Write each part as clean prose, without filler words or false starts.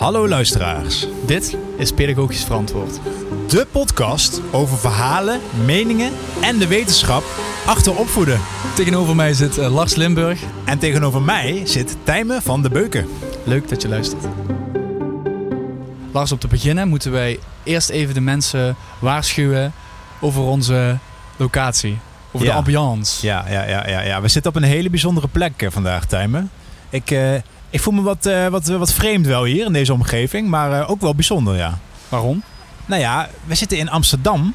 Hallo luisteraars. Dit is Pedagogisch Verantwoord. De podcast over verhalen, meningen en de wetenschap achter opvoeden. Tegenover mij zit Lars Limburg. En tegenover mij zit Tijme van de Beuken. Leuk dat je luistert. Lars, om te beginnen moeten wij eerst even de mensen waarschuwen over onze locatie. Over de ambiance. Ja. We zitten op een hele bijzondere plek vandaag, Tijme. Ik voel me wat vreemd wel hier in deze omgeving, maar ook wel bijzonder, ja. Waarom? Nou ja, we zitten in Amsterdam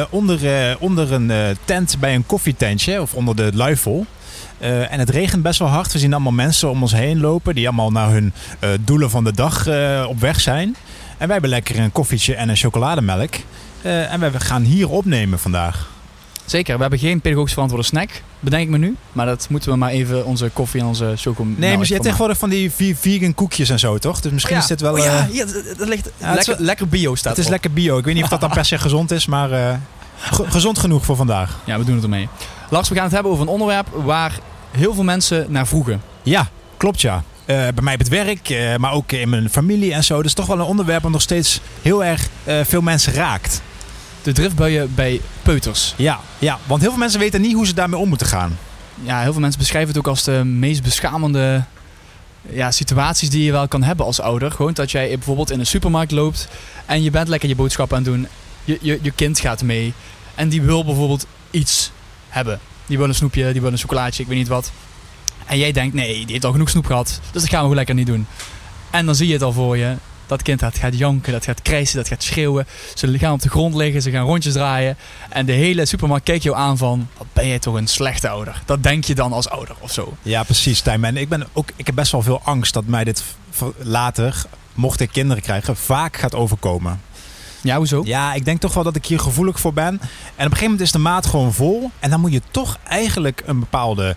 onder een tent bij een koffietentje of onder de luifel. En het regent best wel hard. We zien allemaal mensen om ons heen lopen die allemaal naar hun doelen van de dag op weg zijn. En wij hebben lekker een koffietje en een chocolademelk. En we gaan hier opnemen vandaag. Zeker, we hebben geen pedagogisch verantwoorde snack, bedenk ik me nu. Maar dat moeten we maar even onze koffie en onze chocomelk. Nee, maar je hebt tegenwoordig van die vegan koekjes en zo, toch? Dus misschien is dit wel... dat ligt lekker bio staat Het is lekker bio. Ik weet niet of dat dan per se gezond is, maar gezond genoeg voor vandaag. Ja, we doen het ermee. Lars, we gaan het hebben over een onderwerp waar heel veel mensen naar vroegen. Ja, klopt ja. Bij mij op het werk, maar ook in mijn familie en zo. Dat is toch wel een onderwerp dat nog steeds heel erg veel mensen raakt. De driftbuien bij peuters. Ja, want heel veel mensen weten niet hoe ze daarmee om moeten gaan. Ja, heel veel mensen beschrijven het ook als de meest beschamende situaties die je wel kan hebben als ouder. Gewoon dat jij bijvoorbeeld in een supermarkt loopt en je bent lekker je boodschappen aan het doen. Je kind gaat mee en die wil bijvoorbeeld iets hebben. Die wil een snoepje, die wil een chocolaatje, ik weet niet wat. En jij denkt, nee, die heeft al genoeg snoep gehad, dus dat gaan we gewoon lekker niet doen. En dan zie je het al voor je. Dat kind gaat janken, dat gaat krijsen, dat gaat schreeuwen. Ze gaan op de grond liggen, ze gaan rondjes draaien. En de hele supermarkt kijkt jou aan van... Wat ben jij toch een slechte ouder? Dat denk je dan als ouder of zo. Ja, precies, Tijm. En ik heb best wel veel angst dat mij dit later, mocht ik kinderen krijgen, vaak gaat overkomen. Ja, hoezo? Ja, ik denk toch wel dat ik hier gevoelig voor ben. En op een gegeven moment is de maat gewoon vol. En dan moet je toch eigenlijk een bepaalde...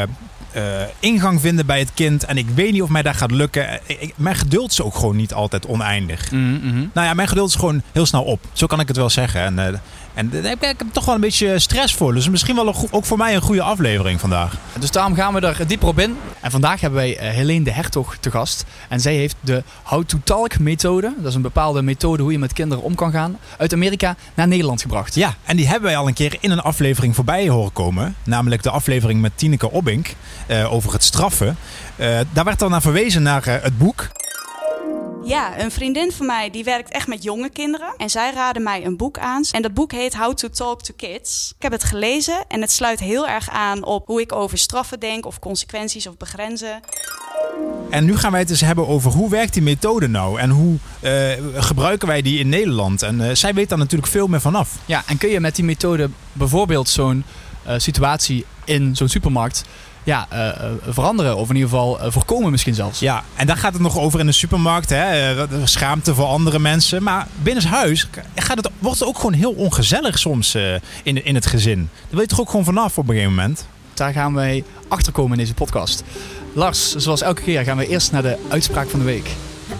ingang vinden bij het kind. En ik weet niet of mij dat gaat lukken. Mijn geduld is ook gewoon niet altijd oneindig. Mm-hmm. Nou ja, mijn geduld is gewoon heel snel op. Zo kan ik het wel zeggen. En ik heb toch wel een beetje stress voor. Dus misschien wel ook voor mij een goede aflevering vandaag. Dus daarom gaan we er dieper op in. En vandaag hebben wij Helene de Hertog te gast. En zij heeft de How to Talk methode. Dat is een bepaalde methode hoe je met kinderen om kan gaan. Uit Amerika naar Nederland gebracht. Ja, en die hebben wij al een keer in een aflevering voorbij horen komen. Namelijk de aflevering met Tineke Obbink. Over het straffen. Daar werd dan naar verwezen naar het boek. Ja, een vriendin van mij die werkt echt met jonge kinderen. En zij raadde mij een boek aan. En dat boek heet How to Talk to Kids. Ik heb het gelezen en het sluit heel erg aan op hoe ik over straffen denk. Of consequenties of begrenzen. En nu gaan wij het eens hebben over hoe werkt die methode nou? En hoe gebruiken wij die in Nederland? En zij weet daar natuurlijk veel meer vanaf. Ja, en kun je met die methode bijvoorbeeld zo'n situatie in zo'n supermarkt... veranderen of in ieder geval voorkomen misschien zelfs. Ja, en daar gaat het nog over in de supermarkt. Hè? Schaamte voor andere mensen. Maar binnenshuis wordt het ook gewoon heel ongezellig soms in het gezin. Daar wil je toch ook gewoon vanaf op een gegeven moment? Daar gaan wij achterkomen in deze podcast. Lars, zoals elke keer gaan we eerst naar de uitspraak van de week.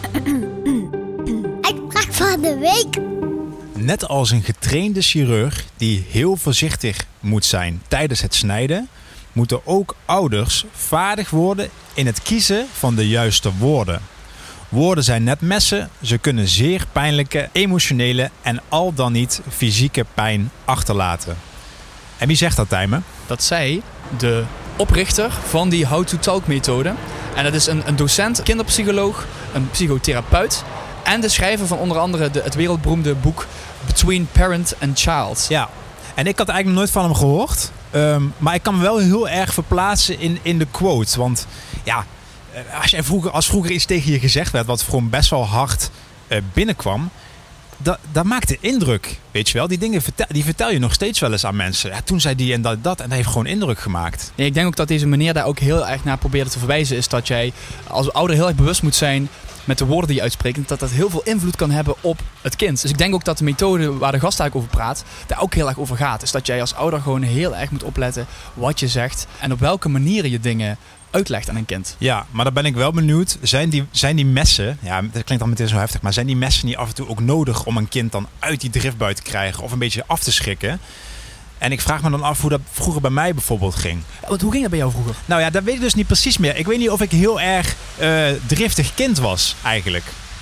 Uitspraak van de week. Net als een getrainde chirurg die heel voorzichtig moet zijn tijdens het snijden... moeten ook ouders vaardig worden in het kiezen van de juiste woorden. Woorden zijn net messen, ze kunnen zeer pijnlijke, emotionele en al dan niet fysieke pijn achterlaten. En wie zegt dat, Tijme? Dat zei de oprichter van die How to Talk methode. En dat is een docent, kinderpsycholoog, een psychotherapeut en de schrijver van onder andere het wereldberoemde boek Between Parent and Child. Ja, en ik had eigenlijk nog nooit van hem gehoord. Maar ik kan me wel heel erg verplaatsen in de quote. Want ja, als vroeger iets tegen je gezegd werd... wat gewoon best wel hard binnenkwam... dat maakte indruk, weet je wel. Die dingen die vertel je nog steeds wel eens aan mensen. Ja, toen zei die en dat en dat heeft gewoon indruk gemaakt. Ja, ik denk ook dat deze meneer daar ook heel erg naar probeerde te verwijzen... is dat jij als ouder heel erg bewust moet zijn... met de woorden die je uitspreekt... dat heel veel invloed kan hebben op het kind. Dus ik denk ook dat de methode waar de gast eigenlijk over praat... daar ook heel erg over gaat. Dus dat jij als ouder gewoon heel erg moet opletten wat je zegt... en op welke manieren je dingen uitlegt aan een kind. Ja, maar dan ben ik wel benieuwd. Zijn die messen, ja, dat klinkt dan meteen zo heftig... maar zijn die messen niet af en toe ook nodig om een kind dan uit die driftbui te krijgen... of een beetje af te schrikken... En ik vraag me dan af hoe dat vroeger bij mij bijvoorbeeld ging. Want hoe ging dat bij jou vroeger? Nou ja, dat weet ik dus niet precies meer. Ik weet niet of ik heel erg driftig kind was eigenlijk.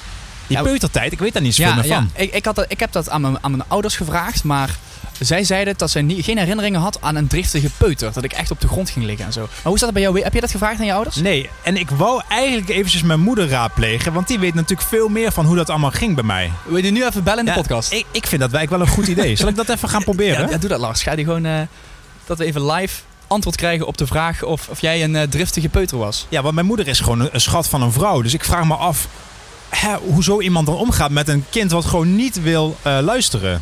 Die peutertijd, ik weet daar niet zoveel meer van. Ik heb dat aan mijn ouders gevraagd, maar zij zeiden dat zij geen herinneringen had aan een driftige peuter. Dat ik echt op de grond ging liggen en zo. Maar hoe staat het bij jou? Heb je dat gevraagd aan je ouders? Nee, en ik wou eigenlijk eventjes mijn moeder raadplegen, want die weet natuurlijk veel meer van hoe dat allemaal ging bij mij. Wil je die nu even bellen in de podcast? Ik vind dat wel een goed idee. Zal ik dat even gaan proberen? Ja, doe dat, Lars. Ga die gewoon, dat we even live antwoord krijgen op de vraag of jij een driftige peuter was. Ja, want mijn moeder is gewoon een schat van een vrouw. Dus ik vraag me af hoe zo iemand dan omgaat met een kind wat gewoon niet wil luisteren.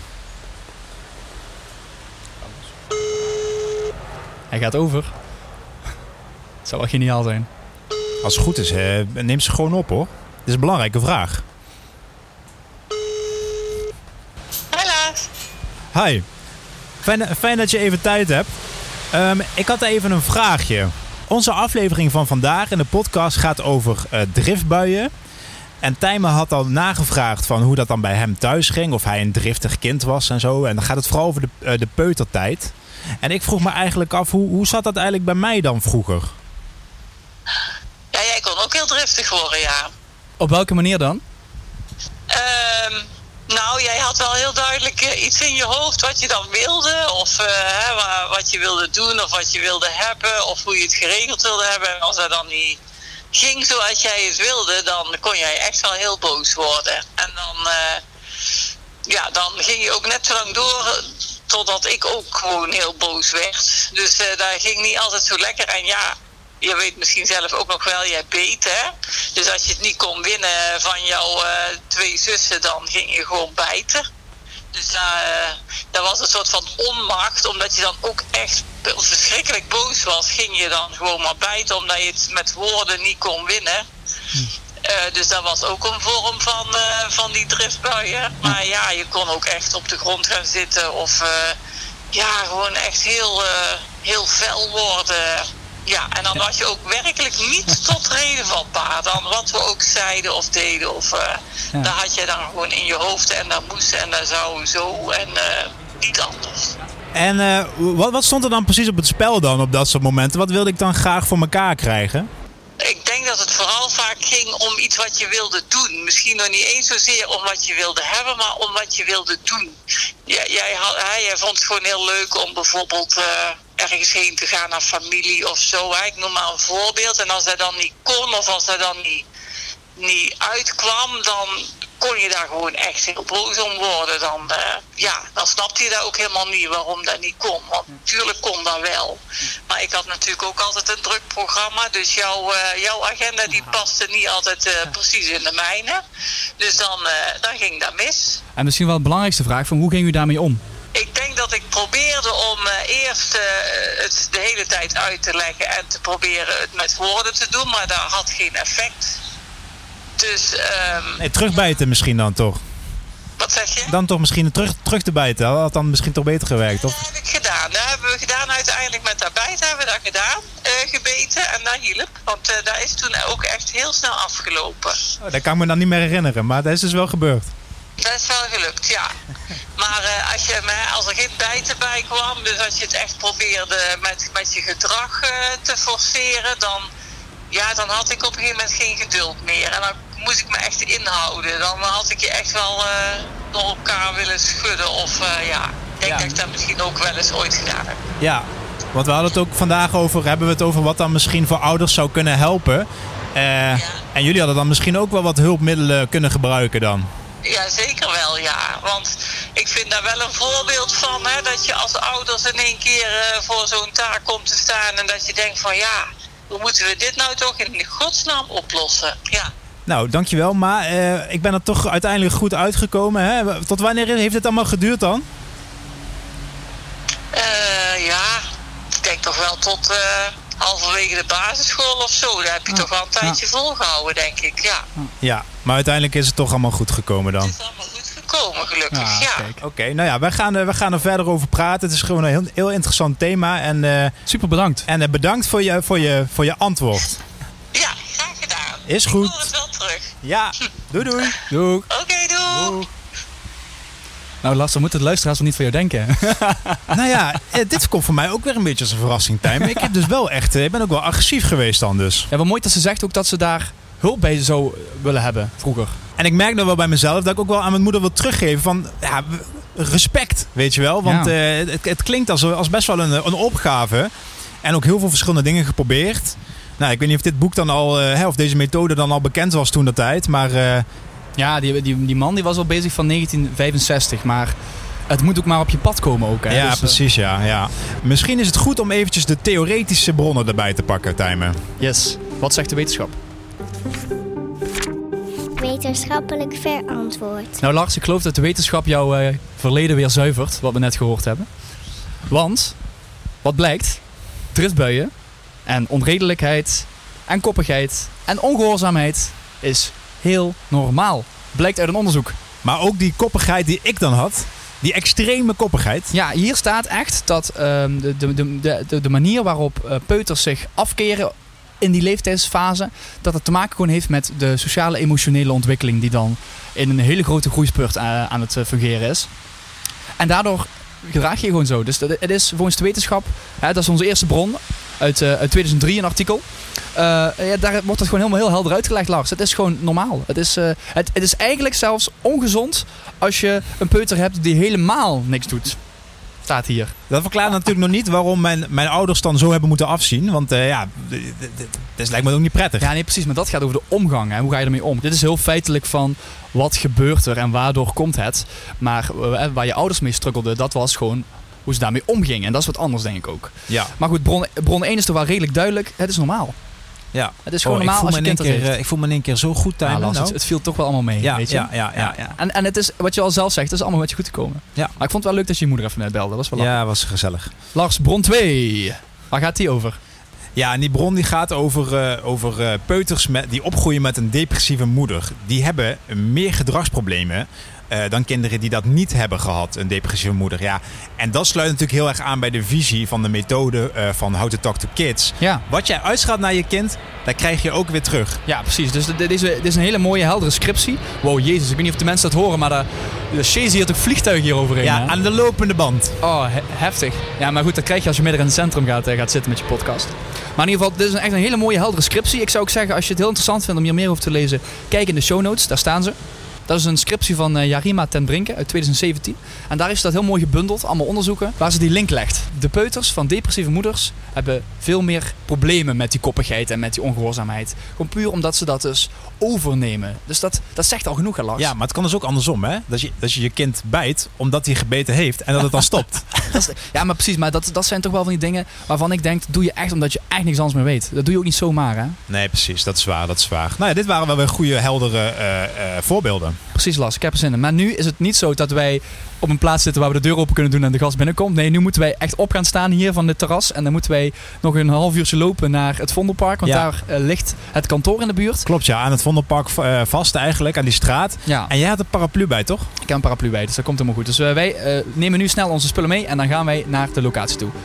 Hij gaat over. Het zou wel geniaal zijn. Als het goed is, neem ze gewoon op, hoor. Dit is een belangrijke vraag. Hallo. Hi. Fijn dat je even tijd hebt. Ik had even een vraagje. Onze aflevering van vandaag in de podcast gaat over driftbuien. En Tijmen had al nagevraagd van hoe dat dan bij hem thuis ging. Of hij een driftig kind was en zo. En dan gaat het vooral over de peutertijd. En ik vroeg me eigenlijk af, hoe zat dat eigenlijk bij mij dan vroeger? Ja, jij kon ook heel driftig worden, ja. Op welke manier dan? Nou, jij had wel heel duidelijk iets in je hoofd wat je dan wilde. Of wat je wilde doen of wat je wilde hebben. Of hoe je het geregeld wilde hebben. En als dat dan niet ging zoals jij het wilde, dan kon jij echt wel heel boos worden. En dan ging je ook net zo lang door totdat ik ook gewoon heel boos werd. Dus dat ging niet altijd zo lekker. En ja, je weet misschien zelf ook nog wel, jij beet, hè. Dus als je het niet kon winnen van jouw 2 zussen, dan ging je gewoon bijten. Dus dat was een soort van onmacht, omdat je dan ook echt verschrikkelijk boos was, ging je dan gewoon maar bijten, omdat je het met woorden niet kon winnen. Dus dat was ook een vorm van die driftbuien. Maar ja, je kon ook echt op de grond gaan zitten of gewoon echt heel fel worden. Ja, en dan was je ook werkelijk niet tot reden vatbaar. Dan wat we ook zeiden of deden. Of daar had je dan gewoon in je hoofd en dat moest en dat zou zo en niet anders. En wat stond er dan precies op het spel dan op dat soort momenten? Wat wilde ik dan graag voor elkaar krijgen? Ik denk dat het vooral vaak ging om iets wat je wilde doen. Misschien nog niet eens zozeer om wat je wilde hebben, maar om wat je wilde doen. Jij vond het gewoon heel leuk om bijvoorbeeld ergens heen te gaan naar familie of zo. Ik noem maar een voorbeeld. En als dat dan niet kon of als dat dan niet uitkwam, dan kon je daar gewoon echt heel boos om worden. Dan snapte je dat ook helemaal niet waarom dat niet kon. Want natuurlijk kon dat wel. Maar ik had natuurlijk ook altijd een druk programma. Dus jouw agenda die paste niet altijd precies in de mijne. Dus dan ging dat mis. En misschien wel de belangrijkste vraag, van hoe ging u daarmee om? Ik denk dat ik probeerde om eerst het de hele tijd uit te leggen en te proberen het met woorden te doen. Maar dat had geen effect. Dus, terugbijten misschien dan toch? Wat zeg je? Dan toch misschien terug te bijten. Dat had dan misschien toch beter gewerkt, of? Dat heb ik gedaan. Dat hebben we gedaan uiteindelijk met dat bijten. Hebben we dat gedaan. Gebeten en dat hielp. Want dat is toen ook echt heel snel afgelopen. Oh, dat kan ik me dan niet meer herinneren. Maar dat is dus wel gebeurd. Dat is wel gelukt, ja. Maar als er geen bijten bij kwam, dus als je het echt probeerde met je gedrag te forceren, dan had ik op een gegeven moment geen geduld meer. En dan moest ik me echt inhouden. Dan had ik je echt wel door elkaar willen schudden. Of ik denk dat ik dat misschien ook wel eens ooit gedaan heb. Ja, want we hadden het ook vandaag hebben we het over wat dan misschien voor ouders zou kunnen helpen. En jullie hadden dan misschien ook wel wat hulpmiddelen kunnen gebruiken dan. Ja, zeker wel, ja. Want ik vind daar wel een voorbeeld van, hè, dat je als ouders in één keer voor zo'n taak komt te staan en dat je denkt van hoe moeten we dit nou toch in godsnaam oplossen? Ja. Nou, dankjewel. Maar ik ben er toch uiteindelijk goed uitgekomen. Hè? Tot wanneer heeft het allemaal geduurd dan? Ik denk toch wel tot halverwege de basisschool of zo. Daar heb je toch wel een tijdje volgehouden, denk ik. Ja. Ja, maar uiteindelijk is het toch allemaal goed gekomen dan? Het is allemaal goed gekomen, gelukkig, ja. Oké, nou ja, we gaan er verder over praten. Het is gewoon een heel interessant thema. En, super bedankt. En bedankt voor je antwoord. Ja, graag gedaan. Is goed. Ik hoor het wel terug. Ja, doei. Doei. Oké, doei. Nou Lars, dan moeten de luisteraars wel niet voor jou denken. Nou ja, dit komt voor mij ook weer een beetje als een verrassing, Tijm. Ik heb dus wel echt, ik ben ook wel agressief geweest dan dus. Ja, wel mooi dat ze zegt ook dat ze daar hulp bij zou willen hebben vroeger. En ik merk nog wel bij mezelf dat ik ook wel aan mijn moeder wil teruggeven van respect, weet je wel. Want het klinkt als best wel een opgave. En ook heel veel verschillende dingen geprobeerd. Nou, ik weet niet of dit boek dan al, of deze methode dan al bekend was toen de tijd. Maar ja, die man die was al bezig van 1965. Maar het moet ook maar op je pad komen ook. Hè? Ja, dus, precies. Ja. Misschien is het goed om eventjes de theoretische bronnen erbij te pakken, Tijmen. Yes. Wat zegt de wetenschap? Wetenschappelijk verantwoord. Nou Lars, ik geloof dat de wetenschap jouw verleden weer zuivert. Wat we net gehoord hebben. Want, wat blijkt? Driftbuien en onredelijkheid en koppigheid en ongehoorzaamheid is heel normaal. Blijkt uit een onderzoek. Maar ook die koppigheid die ik dan had, die extreme koppigheid. Ja, hier staat echt dat de manier waarop peuters zich afkeren in die leeftijdsfase, dat het te maken gewoon heeft met de sociale emotionele ontwikkeling die dan in een hele grote groeispurt aan het fungeren is. En daardoor gedraag je gewoon zo. Dus het is volgens de wetenschap, dat is onze eerste bron uit 2003, een artikel. Daar wordt het gewoon heel helder uitgelegd, Lars. Het is gewoon normaal. Het is eigenlijk zelfs ongezond als je een peuter hebt die helemaal niks doet. Staat hier. Dat verklaart natuurlijk nog niet waarom mijn ouders dan zo hebben moeten afzien. Want dat lijkt me ook niet prettig. Ja, nee, precies. Maar dat gaat over de omgang. Hè. Hoe ga je ermee om? Dit is heel feitelijk van wat gebeurt er en waardoor komt het. Maar waar je ouders mee struggelden, dat was gewoon hoe ze daarmee omgingen. En dat is wat anders, denk ik ook. Ja. Maar goed, bron 1 is toch wel redelijk duidelijk. Het is normaal. Ja. Het is gewoon normaal als je kind dat heeft. Ik voel me in één keer zo goed, Tijmen. Het viel toch wel allemaal mee, weet je? Ja. En het is, wat je al zelf zegt, het is allemaal met je goed te komen. Ja. Maar ik vond het wel leuk dat je moeder even net belde. Dat was wel ja, was gezellig. Lars, bron 2. Waar gaat die over? Ja, en die bron die gaat over peuters die opgroeien met een depressieve moeder. Die hebben meer gedragsproblemen dan kinderen die dat niet hebben gehad, een depressieve moeder. Ja. En dat sluit natuurlijk heel erg aan bij de visie van de methode van How to Talk to Kids. Ja. Wat jij uitstraalt naar je kind, dat krijg je ook weer terug. Ja, precies. Dus dit is een hele mooie, heldere scriptie. Wow, jezus, ik weet niet of de mensen dat horen, maar de Shazy had ook vliegtuig hier overheen. Ja, hè? aan de lopende band. Oh, heftig. Ja, maar goed, dat krijg je als je midden in het centrum gaat zitten met je podcast. Maar in ieder geval, dit is echt een hele mooie, heldere scriptie. Ik zou ook zeggen, als je het heel interessant vindt om hier meer over te lezen, kijk in de show notes, daar staan ze. Dat is een scriptie van Jarima ten Brinke uit 2017. En daar is dat heel mooi gebundeld, allemaal onderzoeken, waar ze die link legt. De peuters van depressieve moeders hebben veel meer problemen met die koppigheid en met die ongehoorzaamheid. Gewoon puur omdat ze dat dus overnemen. Dus dat zegt al genoeg, hè, Lars? Ja, maar het kan dus ook andersom, hè? Dat je kind bijt omdat hij gebeten heeft en dat het dan stopt. Ja, maar precies. Maar dat zijn toch wel van die dingen waarvan ik denk, doe je echt omdat je echt niks anders meer weet. Dat doe je ook niet zomaar, hè? Nee, precies. Dat is waar. Nou ja, dit waren wel weer goede, heldere voorbeelden. Precies, Lars. Ik heb er zin in. Maar nu is het niet zo dat wij op een plaats zitten waar we de deur open kunnen doen en de gast binnenkomt. Nee, nu moeten wij echt op gaan staan hier van dit terras. En dan moeten wij nog een half uurtje lopen naar het Vondelpark. Want daar ligt het kantoor in de buurt. Klopt, ja. Aan het Vondelpark vast eigenlijk, aan die straat. Ja. En jij had een paraplu bij, toch? Ik heb een paraplu bij, dus dat komt helemaal goed. Dus wij nemen nu snel onze spullen mee en dan gaan wij naar de locatie toe.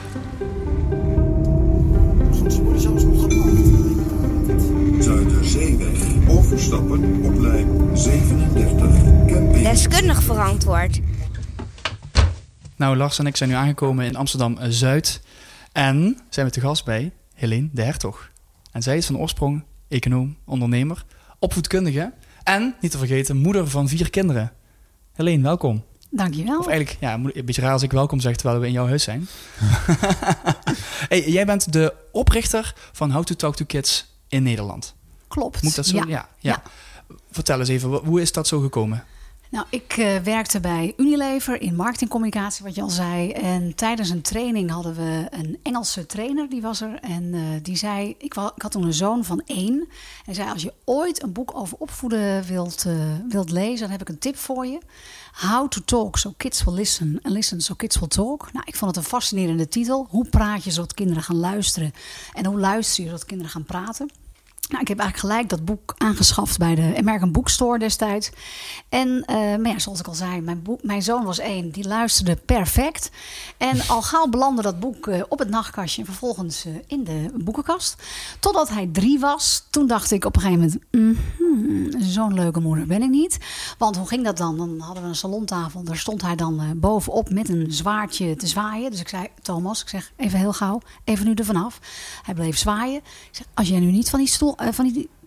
Zuiderzeeweg. Overstappen op lijn 37. Camping. Deskundig verantwoord. Nou, Lars en ik zijn nu aangekomen in Amsterdam-Zuid. En zijn we te gast bij Helene de Hertog. En zij is van oorsprong econoom, ondernemer, opvoedkundige en, niet te vergeten, moeder van 4 kinderen. Helene, welkom. Dankjewel. Of eigenlijk, ja, een beetje raar als ik welkom zeg terwijl we in jouw huis zijn. Hey, jij bent de oprichter van How to Talk to Kids in Nederland. Klopt. Moet dat zo? Ja. Vertel eens even, hoe is dat zo gekomen? Nou, ik werkte bij Unilever in marketingcommunicatie, wat je al zei. En tijdens een training hadden we een Engelse trainer, die was er. En die zei, ik had toen een zoon van 1. En zei, als je ooit een boek over opvoeden wilt lezen, dan heb ik een tip voor je. How to Talk so Kids Will Listen and Listen so Kids Will Talk. Nou, ik vond het een fascinerende titel. Hoe praat je zodat kinderen gaan luisteren? En hoe luister je zodat kinderen gaan praten? Nou, ik heb eigenlijk gelijk dat boek aangeschaft bij de American Bookstore destijds. En maar ja, zoals ik al zei, mijn zoon was 1, die luisterde perfect. En al gauw belandde dat boek op het nachtkastje en vervolgens in de boekenkast. Totdat hij 3 was. Toen dacht ik op een gegeven moment, zo'n leuke moeder ben ik niet. Want hoe ging dat dan? Dan hadden we een salontafel. Daar stond hij dan bovenop met een zwaardje te zwaaien. Dus ik zei, Thomas, ik zeg even heel gauw, even nu er vanaf. Hij bleef zwaaien. Ik zeg, als jij nu niet van die stoel, van die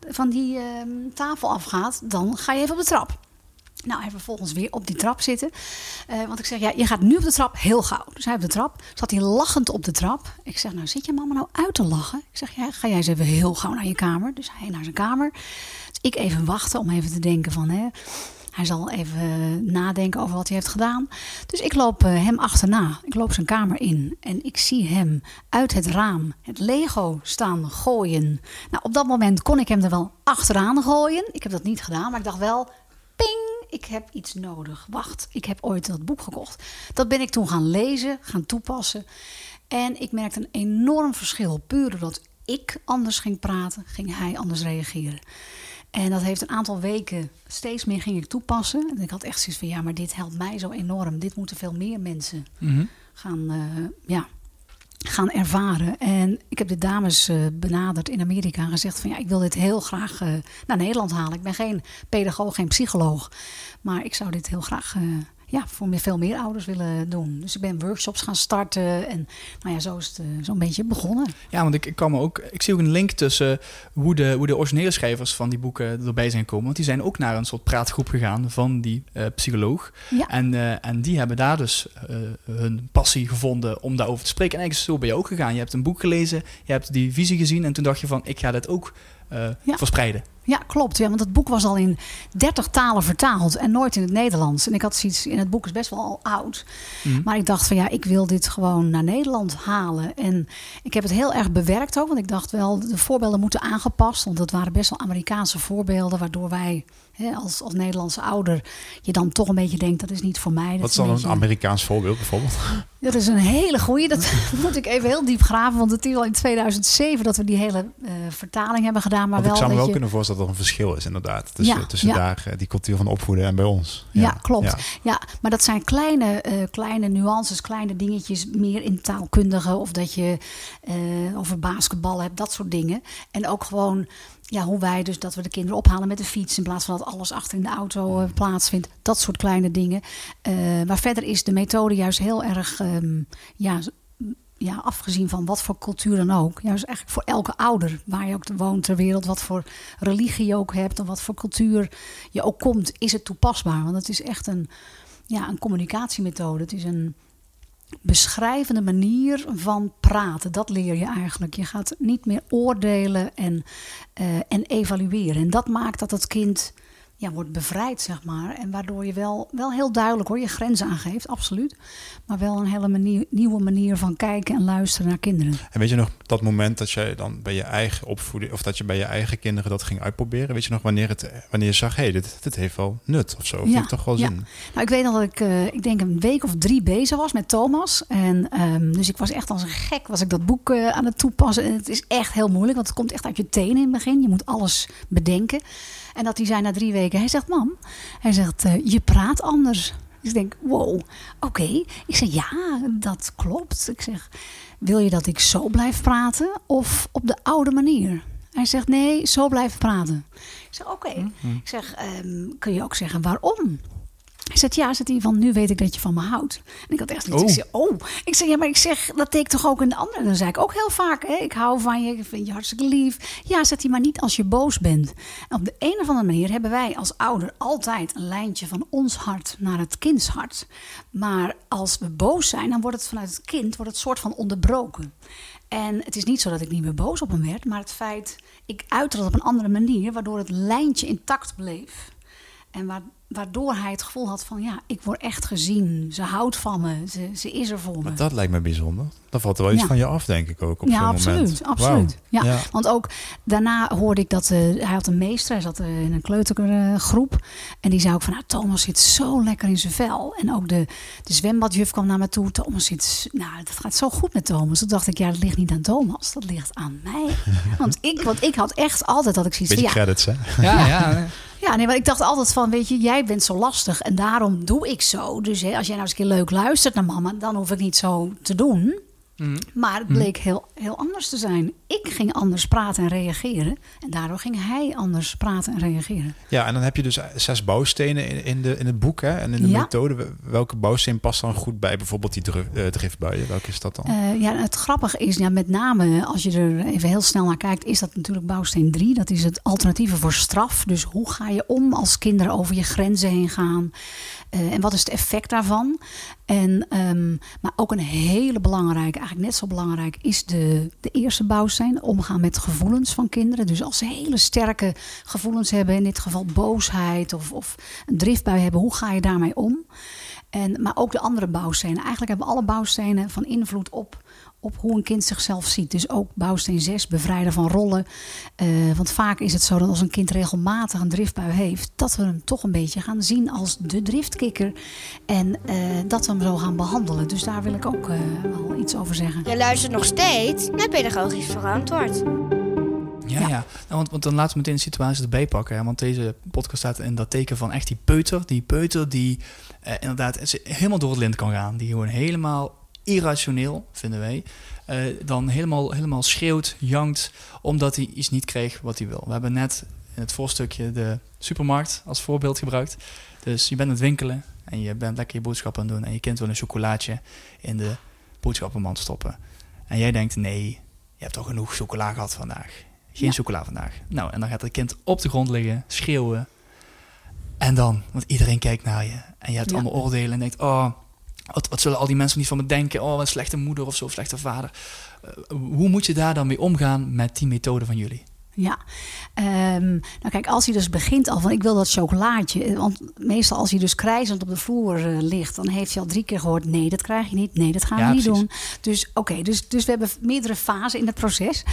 tafel afgaat, dan ga je even op de trap. Nou, hij vervolgens weer op die trap zitten. Want ik zeg, ja, je gaat nu op de trap heel gauw. Dus hij op de trap, zat hij lachend op de trap. Ik zeg, nou zit je mama nou uit te lachen? Ik zeg, ja, ga jij eens even heel gauw naar je kamer. Dus hij naar zijn kamer. Dus ik even wachten om even te denken van... Hij zal even nadenken over wat hij heeft gedaan. Dus ik loop hem achterna. Ik loop zijn kamer in. En ik zie hem uit het raam het Lego staan gooien. Nou, op dat moment kon ik hem er wel achteraan gooien. Ik heb dat niet gedaan, maar ik dacht wel... Ping, ik heb iets nodig. Wacht, ik heb ooit dat boek gekocht. Dat ben ik toen gaan lezen, gaan toepassen. En ik merkte een enorm verschil. Puur doordat ik anders ging praten, ging hij anders reageren. En dat heeft een aantal weken steeds meer ging ik toepassen. En ik had echt zoiets van, ja, maar dit helpt mij zo enorm. Dit moeten veel meer mensen gaan ervaren. En ik heb de dames benaderd in Amerika en gezegd van, ja, ik wil dit heel graag naar Nederland halen. Ik ben geen pedagoog, geen psycholoog. Maar ik zou dit heel graag... voor veel meer ouders willen doen. Dus ik ben workshops gaan starten. En nou ja, zo is het zo'n beetje begonnen. Ja, want ik zie ook een link tussen hoe de originele schrijvers van die boeken erbij zijn gekomen. Want die zijn ook naar een soort praatgroep gegaan van die psycholoog. Ja. En die hebben daar dus hun passie gevonden om daarover te spreken. En eigenlijk is het zo bij jou ook gegaan. Je hebt een boek gelezen, je hebt die visie gezien en toen dacht je van, ik ga dit ook verspreiden. Ja, klopt. Ja, want het boek was al in 30 talen vertaald en nooit in het Nederlands. En ik had zoiets, in het boek is best wel al oud. Mm. Maar ik dacht van, ja, ik wil dit gewoon naar Nederland halen. En ik heb het heel erg bewerkt ook. Want ik dacht wel, de voorbeelden moeten aangepast. Want het waren best wel Amerikaanse voorbeelden. Waardoor wij als Nederlandse ouder je dan toch een beetje denkt, dat is niet voor mij. Wat is dan een Amerikaans voorbeeld bijvoorbeeld? Dat is een hele goeie. Dat moet ik even heel diep graven. Want het is al in 2007 dat we die hele vertaling hebben gedaan. Maar ik zou me wel kunnen voorstellen dat er een verschil is inderdaad. Tussen daar die cultuur van opvoeden en bij ons. Ja, klopt. Ja, maar dat zijn kleine nuances, kleine dingetjes. Meer in taalkundige of dat je over basketbal hebt. Dat soort dingen. En ook gewoon... Ja, hoe wij dus dat we de kinderen ophalen met de fiets in plaats van dat alles achter in de auto plaatsvindt. Dat soort kleine dingen. Maar verder is de methode juist heel erg afgezien van wat voor cultuur dan ook. Juist eigenlijk voor elke ouder, waar je ook woont ter wereld, wat voor religie je ook hebt en wat voor cultuur je ook komt, is het toepasbaar. Want het is echt een communicatiemethode. Het is een beschrijvende manier van praten. Dat leer je eigenlijk. Je gaat niet meer oordelen en evalueren. En dat maakt dat het kind wordt bevrijd, zeg maar. En waardoor je wel heel duidelijk je grenzen aangeeft, absoluut. Maar wel een hele nieuwe manier van kijken en luisteren naar kinderen. En weet je nog dat moment dat jij dan bij je eigen opvoeding, of dat je bij je eigen kinderen dat ging uitproberen? Weet je nog wanneer je zag, dit heeft wel nut of zo? Of heeft toch wel zin? Nou, ik weet nog dat ik denk een week of 3 bezig was met Thomas. En dus ik was echt als een gek, was ik dat boek aan het toepassen. En het is echt heel moeilijk, want het komt echt uit je tenen in het begin. Je moet alles bedenken. En dat hij zei na 3 weken, hij zegt, mam, je praat anders. Dus ik denk, wow, oké. Ik zeg, ja, dat klopt. Ik zeg, wil je dat ik zo blijf praten of op de oude manier? Hij zegt, nee, zo blijven praten. Ik zeg, oké. Ik zeg, kun je ook zeggen waarom? Hij zegt, ja, van nu weet ik dat je van me houdt. En ik had echt zoiets. Ik zeg, ja, maar dat deed ik toch ook in de andere. Dan zei ik ook heel vaak, ik hou van je, ik vind je hartstikke lief. Ja, zegt hij, maar niet als je boos bent. En op de een of andere manier hebben wij als ouder altijd een lijntje van ons hart naar het kinds hart. Maar als we boos zijn, dan wordt het vanuit het kind soort van onderbroken. En het is niet zo dat ik niet meer boos op hem werd, maar het feit, ik uitte dat op een andere manier, waardoor het lijntje intact bleef. En waardoor hij het gevoel had van, ik word echt gezien. Ze houdt van me. Ze is er voor me. Maar dat lijkt me bijzonder. Dan valt er wel iets van je af, denk ik ook, op zo'n moment. Absoluut. Wow. Ja, want ook daarna hoorde ik dat hij had een meester. Hij zat in een kleutergroep. En die zei ook van, Thomas zit zo lekker in zijn vel. En ook de zwembadjuf kwam naar me toe. Thomas zit, dat gaat zo goed met Thomas. Toen dacht ik, dat ligt niet aan Thomas. Dat ligt aan mij. Want ik had echt altijd dat ik zoiets van, credits, hè? Ja. Ja, nee, maar ik dacht altijd van, weet je, jij bent zo lastig en daarom doe ik zo. Dus als jij nou eens een keer leuk luistert naar mama, dan hoef ik niet zo te doen. Maar het bleek heel, heel anders te zijn. Ik ging anders praten en reageren. En daardoor ging hij anders praten en reageren. Ja, en dan heb je dus 6 bouwstenen in het boek, hè? En in de methode. Welke bouwsteen past dan goed bij bijvoorbeeld die driftbuien? Welke is dat dan? Het grappige is, met name als je er even heel snel naar kijkt, is dat natuurlijk bouwsteen 3. Dat is het alternatieve voor straf. Dus hoe ga je om als kinderen over je grenzen heen gaan? En wat is het effect daarvan? Maar ook een hele belangrijke, eigenlijk net zo belangrijk, is de eerste bouwsteen. Omgaan met gevoelens van kinderen. Dus als ze hele sterke gevoelens hebben, in dit geval boosheid of een driftbui hebben, hoe ga je daarmee om? Maar ook de andere bouwstenen. Eigenlijk hebben alle bouwstenen van invloed op hoe een kind zichzelf ziet. Dus ook bouwsteen 6, bevrijden van rollen. Want vaak is het zo dat als een kind regelmatig een driftbui heeft, dat we hem toch een beetje gaan zien als de driftkikker. En dat we hem zo gaan behandelen. Dus daar wil ik ook wel iets over zeggen. Je luistert nog steeds naar Pedagogisch Verantwoord. Ja. Nou, want dan laten we meteen de situatie erbij pakken. Hè? Want deze podcast staat in dat teken van echt die peuter die inderdaad helemaal door het lint kan gaan. Die gewoon helemaal irrationeel, vinden wij, dan helemaal schreeuwt, jankt, omdat hij iets niet kreeg wat hij wil. We hebben net in het voorstukje de supermarkt als voorbeeld gebruikt. Dus je bent aan het winkelen en je bent lekker je boodschappen aan het doen en je kind wil een chocolaatje in de boodschappenmand stoppen. En jij denkt, nee, je hebt toch genoeg chocola gehad vandaag. Geen chocola vandaag. Nou, en dan gaat het kind op de grond liggen, schreeuwen. En dan, want iedereen kijkt naar je. En je hebt allemaal oordelen en denkt, wat zullen al die mensen niet van me denken? Wat een slechte moeder of zo, of slechte vader. Hoe moet je daar dan mee omgaan met die methode van jullie? Ja, nou kijk, als hij dus begint al van ik wil dat chocolaatje. Want meestal als hij dus krijzend op de vloer ligt, dan heeft hij al 3 keer gehoord, nee, dat krijg je niet, nee, dat gaan we niet doen. Dus dus we hebben meerdere fasen in het proces.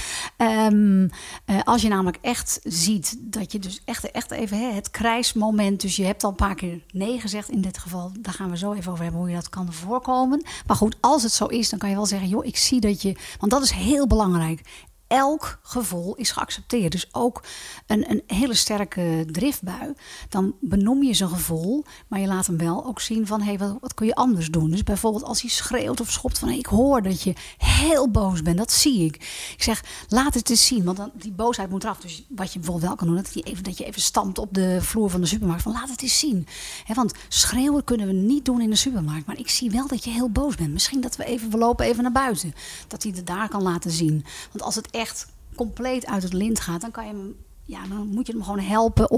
Als je namelijk echt ziet dat je dus echt even het krijsmoment, dus je hebt al een paar keer nee gezegd in dit geval, daar gaan we zo even over hebben hoe je dat kan voorkomen. Maar goed, als het zo is, dan kan je wel zeggen, joh, ik zie dat je, want dat is heel belangrijk. Elk gevoel is geaccepteerd. Dus ook een hele sterke driftbui. Dan benoem je zijn gevoel, maar je laat hem wel ook zien van wat kun je anders doen. Dus bijvoorbeeld als hij schreeuwt of schopt van ik hoor dat je heel boos bent, dat zie ik. Ik zeg, laat het eens zien, want dan, die boosheid moet eraf. Dus wat je bijvoorbeeld wel kan doen, dat je even stampt op de vloer van de supermarkt. Van laat het eens zien. Want schreeuwen kunnen we niet doen in de supermarkt. Maar ik zie wel dat je heel boos bent. Misschien dat we lopen even naar buiten. Dat hij het daar kan laten zien. Want als het echt compleet uit het lint gaat, dan kan je hem, dan moet je hem gewoon helpen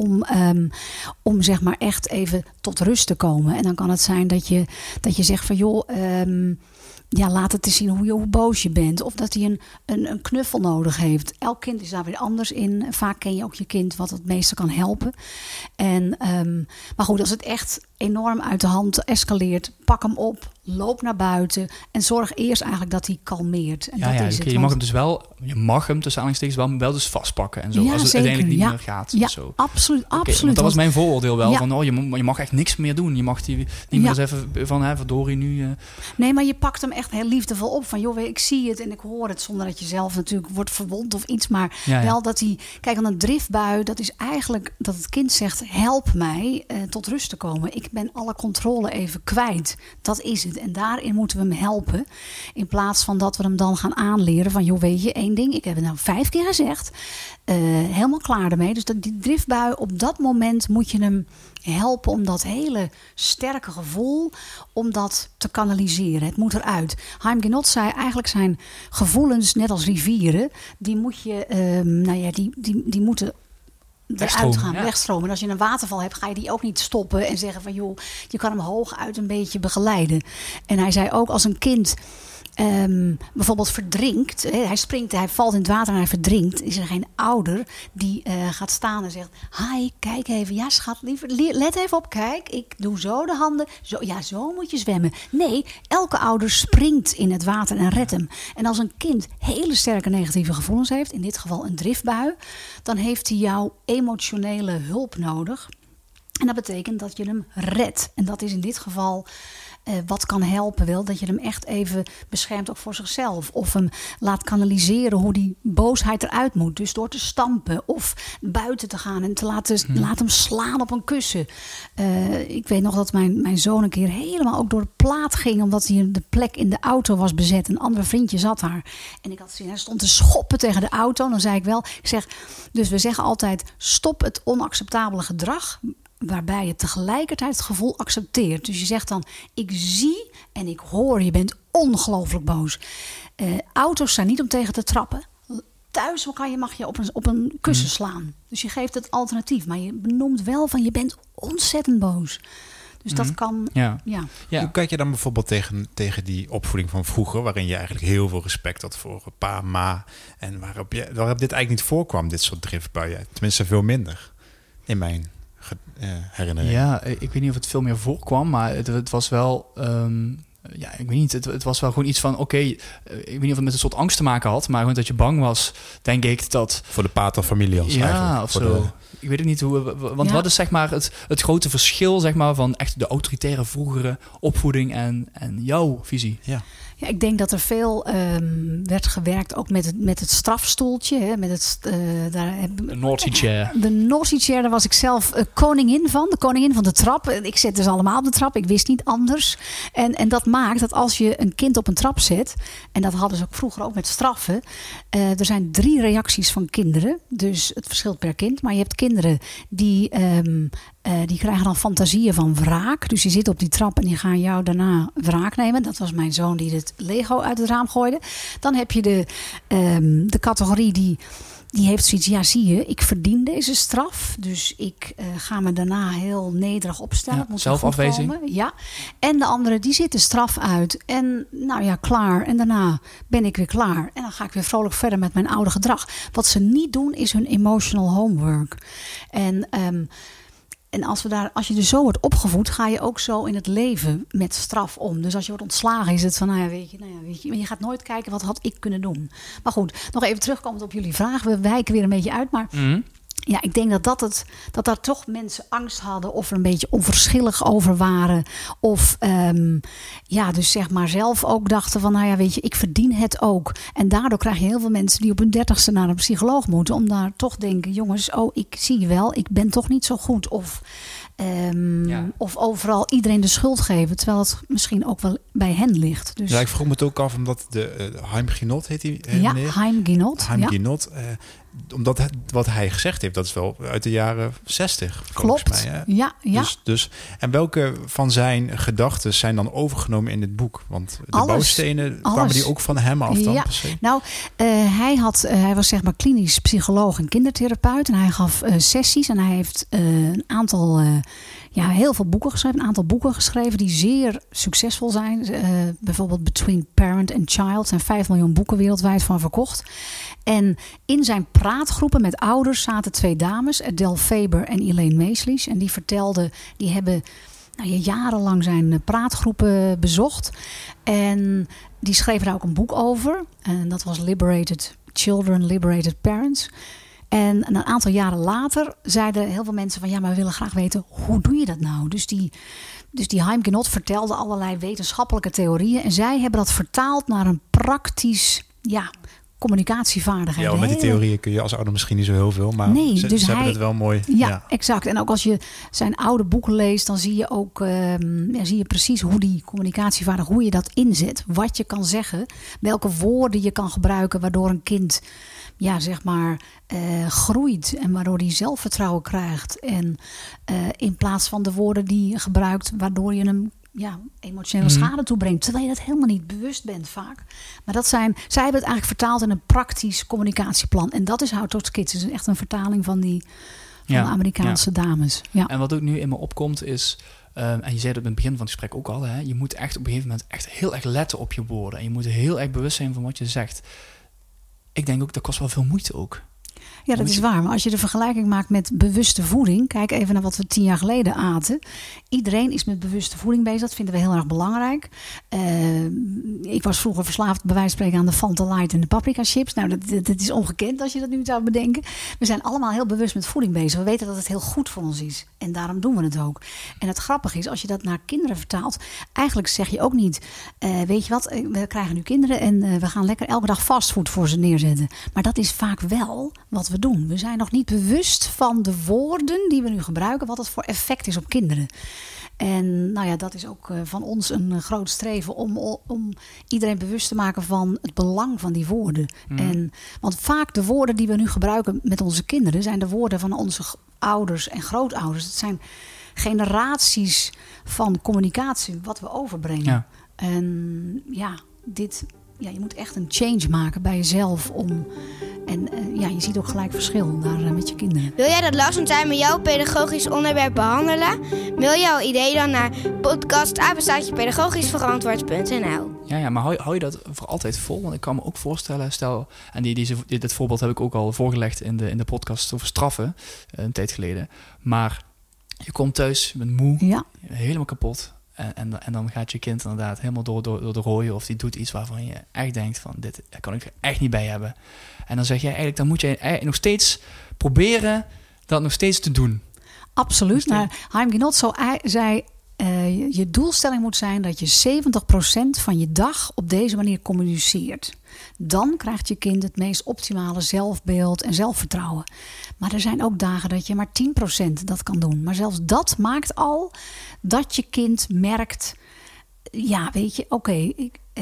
om zeg maar echt even tot rust te komen. En dan kan het zijn dat je zegt van joh, laat het eens zien hoe boos je bent. Of dat hij een knuffel nodig heeft. Elk kind is daar weer anders in. Vaak ken je ook je kind wat het meeste kan helpen. Maar goed, als het echt enorm uit de hand escaleert, pak hem op, loop naar buiten en zorg eerst eigenlijk dat hij kalmeert. En dat is het, je mag hem dus wel, tussen aanhalingstekens wel dus vastpakken en zo. Ja, als het zeker, uiteindelijk niet meer gaat. Ja, zo. absoluut. Want dat was mijn vooroordeel wel. Van, je mag echt niks meer doen. Je mag die niet meer eens even van, verdorie nu. Nee, maar je pakt hem echt heel liefdevol op. Van, joh, ik zie het en ik hoor het. Zonder dat je zelf natuurlijk wordt verwond of iets. Maar wel dat hij, kijk, aan een driftbui, dat is eigenlijk dat het kind zegt, help mij tot rust te komen. Ik ben alle controle even kwijt. Dat is het. En daarin moeten we hem helpen. In plaats van dat we hem dan gaan aanleren van, joh, weet je, 1 ding. Ik heb het nou 5 keer gezegd. Helemaal klaar ermee. Dus die driftbui, op dat moment moet je hem helpen om dat hele sterke gevoel, om dat te kanaliseren. Het moet eruit. Haim Genot zei, eigenlijk zijn gevoelens net als rivieren. Die moet je, die moeten eruit gaan, wegstromen. En als je een waterval hebt, ga je die ook niet stoppen en zeggen van joh, je kan hem hooguit een beetje begeleiden. En hij zei ook, als een kind bijvoorbeeld verdrinkt, hij valt in het water en hij verdrinkt, is er geen ouder die gaat staan en zegt, hi, kijk even, ja schat, let even op, kijk, ik doe zo de handen, zo moet je zwemmen. Nee, elke ouder springt in het water en redt hem. En als een kind hele sterke negatieve gevoelens heeft, in dit geval een driftbui, dan heeft hij jouw emotionele hulp nodig. En dat betekent dat je hem redt. En dat is in dit geval wat kan helpen wil. Dat je hem echt even beschermt ook voor zichzelf. Of hem laat kanaliseren hoe die boosheid eruit moet. Dus door te stampen of buiten te gaan en te laat hem slaan op een kussen. Ik weet nog dat mijn zoon een keer helemaal ook door de plaat ging. Omdat de plek in de auto was bezet. Een andere vriendje zat daar. En ik had gezien, hij stond te schoppen tegen de auto. Dan zei ik wel, dus we zeggen altijd, stop het onacceptabele gedrag, waarbij je tegelijkertijd het gevoel accepteert. Dus je zegt dan, ik zie en ik hoor, je bent ongelooflijk boos. Auto's zijn niet om tegen te trappen. Thuis mag je op een kussen slaan. Dus je geeft het alternatief. Maar je benoemt wel van, je bent ontzettend boos. Dus dat kan... Ja. Hoe kijk je dan bijvoorbeeld tegen die opvoeding van vroeger, waarin je eigenlijk heel veel respect had voor pa, ma, en waarop dit eigenlijk niet voorkwam, dit soort driftbuien? Tenminste, veel minder in mijn herinnering. Ja, ik weet niet of het veel meer voorkwam, maar het was wel... ik weet niet, het was wel gewoon iets van, oké, ik weet niet of het met een soort angst te maken had, maar gewoon dat je bang was, denk ik dat... Voor de paterfamilias eigenlijk. Ja, of zo. Ik weet het niet hoe... Want wat is zeg maar het grote verschil zeg maar van echt de autoritaire vroegere opvoeding en jouw visie? Ja, ik denk dat er veel werd gewerkt ook met het strafstoeltje. Hè, de naughty chair. De naughty chair, daar was ik zelf koningin van. De koningin van de trap. Ik zet dus allemaal op de trap. Ik wist niet anders. En dat maakt dat als je een kind op een trap zet, en dat hadden ze ook vroeger ook met straffen. Er zijn 3 reacties van kinderen. Dus het verschilt per kind. Maar je hebt kinderen die krijgen dan fantasieën van wraak. Dus die zitten op die trap en die gaan jou daarna wraak nemen. Dat was mijn zoon die het Lego uit het raam gooide. Dan heb je de categorie die heeft zoiets, ja zie je, ik verdien deze straf. Dus ik ga me daarna heel nederig opstellen. Ja, zelfafwijzing. Ja. En de andere die zit de straf uit. En nou ja, klaar. En daarna ben ik weer klaar. En dan ga ik weer vrolijk verder met mijn oude gedrag. Wat ze niet doen is hun emotional homework. En als je dus zo wordt opgevoed, ga je ook zo in het leven met straf om. Dus als je wordt ontslagen, is het van, weet je, je gaat nooit kijken wat had ik kunnen doen. Maar goed, nog even terugkomend op jullie vraag. We wijken weer een beetje uit, maar ja, ik denk dat daar toch mensen angst hadden of er een beetje onverschillig over waren. Of dus zeg maar zelf ook dachten van, weet je, ik verdien het ook. En daardoor krijg je heel veel mensen die op hun 30ste naar een psycholoog moeten. Om daar toch denken, jongens, ik zie je wel, ik ben toch niet zo goed. Of overal iedereen de schuld geven. Terwijl het misschien ook wel bij hen ligt. Dus... Ja, ik vroeg me het ook af omdat de Haim Ginot heet die meneer? Haim Ginot. Ginot. Omdat wat hij gezegd heeft, dat is wel uit de jaren 60. Klopt. Mij, hè? Ja. Dus, en welke van zijn gedachten zijn dan overgenomen in dit boek? Want de bouwstenen, kwamen die ook van hem af dan? Ja. Nou, hij was zeg maar klinisch psycholoog en kindertherapeut. En hij gaf sessies. En hij heeft een aantal... heel veel boeken geschreven. Een aantal boeken geschreven die zeer succesvol zijn. Bijvoorbeeld Between Parent and Child. Er zijn 5 miljoen boeken wereldwijd van verkocht. En in zijn praatgroepen met ouders zaten 2 dames. Adele Faber en Elaine Meeslies. En die hebben jarenlang zijn praatgroepen bezocht. En die schreven daar ook een boek over. En dat was Liberated Children, Liberated Parents. En een aantal jaren later zeiden heel veel mensen van, maar we willen graag weten, hoe doe je dat nou? Dus die Haim Ginot vertelde allerlei wetenschappelijke theorieën. En zij hebben dat vertaald naar een praktisch, communicatievaardigheid. Ja, met die theorieën kun je als ouder misschien niet zo heel veel. Maar ze hebben het wel mooi. Ja, exact. En ook als je zijn oude boeken leest, dan zie je ook zie je precies hoe die communicatievaardigheid, hoe je dat inzet. Wat je kan zeggen, welke woorden je kan gebruiken, waardoor een kind groeit en waardoor hij zelfvertrouwen krijgt. En in plaats van de woorden die je gebruikt, waardoor je hem emotionele schade toebrengt. Terwijl je dat helemaal niet bewust bent vaak. Maar zij hebben het eigenlijk vertaald in een praktisch communicatieplan. En dat is How to Talk to Kids. Het is echt een vertaling van de Amerikaanse dames. Ja. En wat ook nu in me opkomt is, en je zei dat in het begin van het gesprek ook al, je moet echt op een gegeven moment echt heel erg letten op je woorden. En je moet heel erg bewust zijn van wat je zegt. Ik denk ook, dat kost wel veel moeite ook. Ja, dat is waar. Maar als je de vergelijking maakt met bewuste voeding... kijk even naar wat we 10 jaar geleden aten. Iedereen is met bewuste voeding bezig. Dat vinden we heel erg belangrijk. Ik was vroeger verslaafd, bij wijze van spreken... aan de Fanta Light en de paprika chips. Nou, dat is ongekend als je dat nu zou bedenken. We zijn allemaal heel bewust met voeding bezig. We weten dat het heel goed voor ons is. En daarom doen we het ook. En het grappige is, als je dat naar kinderen vertaalt... eigenlijk zeg je ook niet... weet je wat, we krijgen nu kinderen... en we gaan lekker elke dag fastfood voor ze neerzetten. Maar dat is vaak wel wat we doen. We zijn nog niet bewust van de woorden die we nu gebruiken... wat het voor effect is op kinderen. En nou ja, dat is ook van ons een groot streven... om iedereen bewust te maken van het belang van die woorden. Want vaak de woorden die we nu gebruiken met onze kinderen... zijn de woorden van onze ouders en grootouders. Het zijn generaties van communicatie wat we overbrengen. Ja. En ja, je moet echt een change maken bij jezelf. Je ziet ook gelijk verschil daar met je kinderen. Wil jij dat Lars en Tijn met jouw pedagogisch onderwerp behandelen? Mail jouw idee dan naar podcast@pedagogischverantwoord.nl. Ja, maar hou je dat voor altijd vol? Want ik kan me ook voorstellen, stel... en dit voorbeeld heb ik ook al voorgelegd in de podcast over straffen... een tijd geleden. Maar je komt thuis, je bent moe, helemaal kapot... En dan gaat je kind inderdaad helemaal door de rooien... of die doet iets waarvan je echt denkt van... dit kan ik er echt niet bij hebben. En dan zeg je eigenlijk... dan moet je nog steeds proberen dat nog steeds te doen. Absoluut. Maar Haim Ginotto zei... je doelstelling moet zijn dat je 70% van je dag... op deze manier communiceert. Dan krijgt je kind het meest optimale zelfbeeld en zelfvertrouwen. Maar er zijn ook dagen dat je maar 10% dat kan doen. Maar zelfs dat maakt al dat je kind merkt... ja, weet je, oké,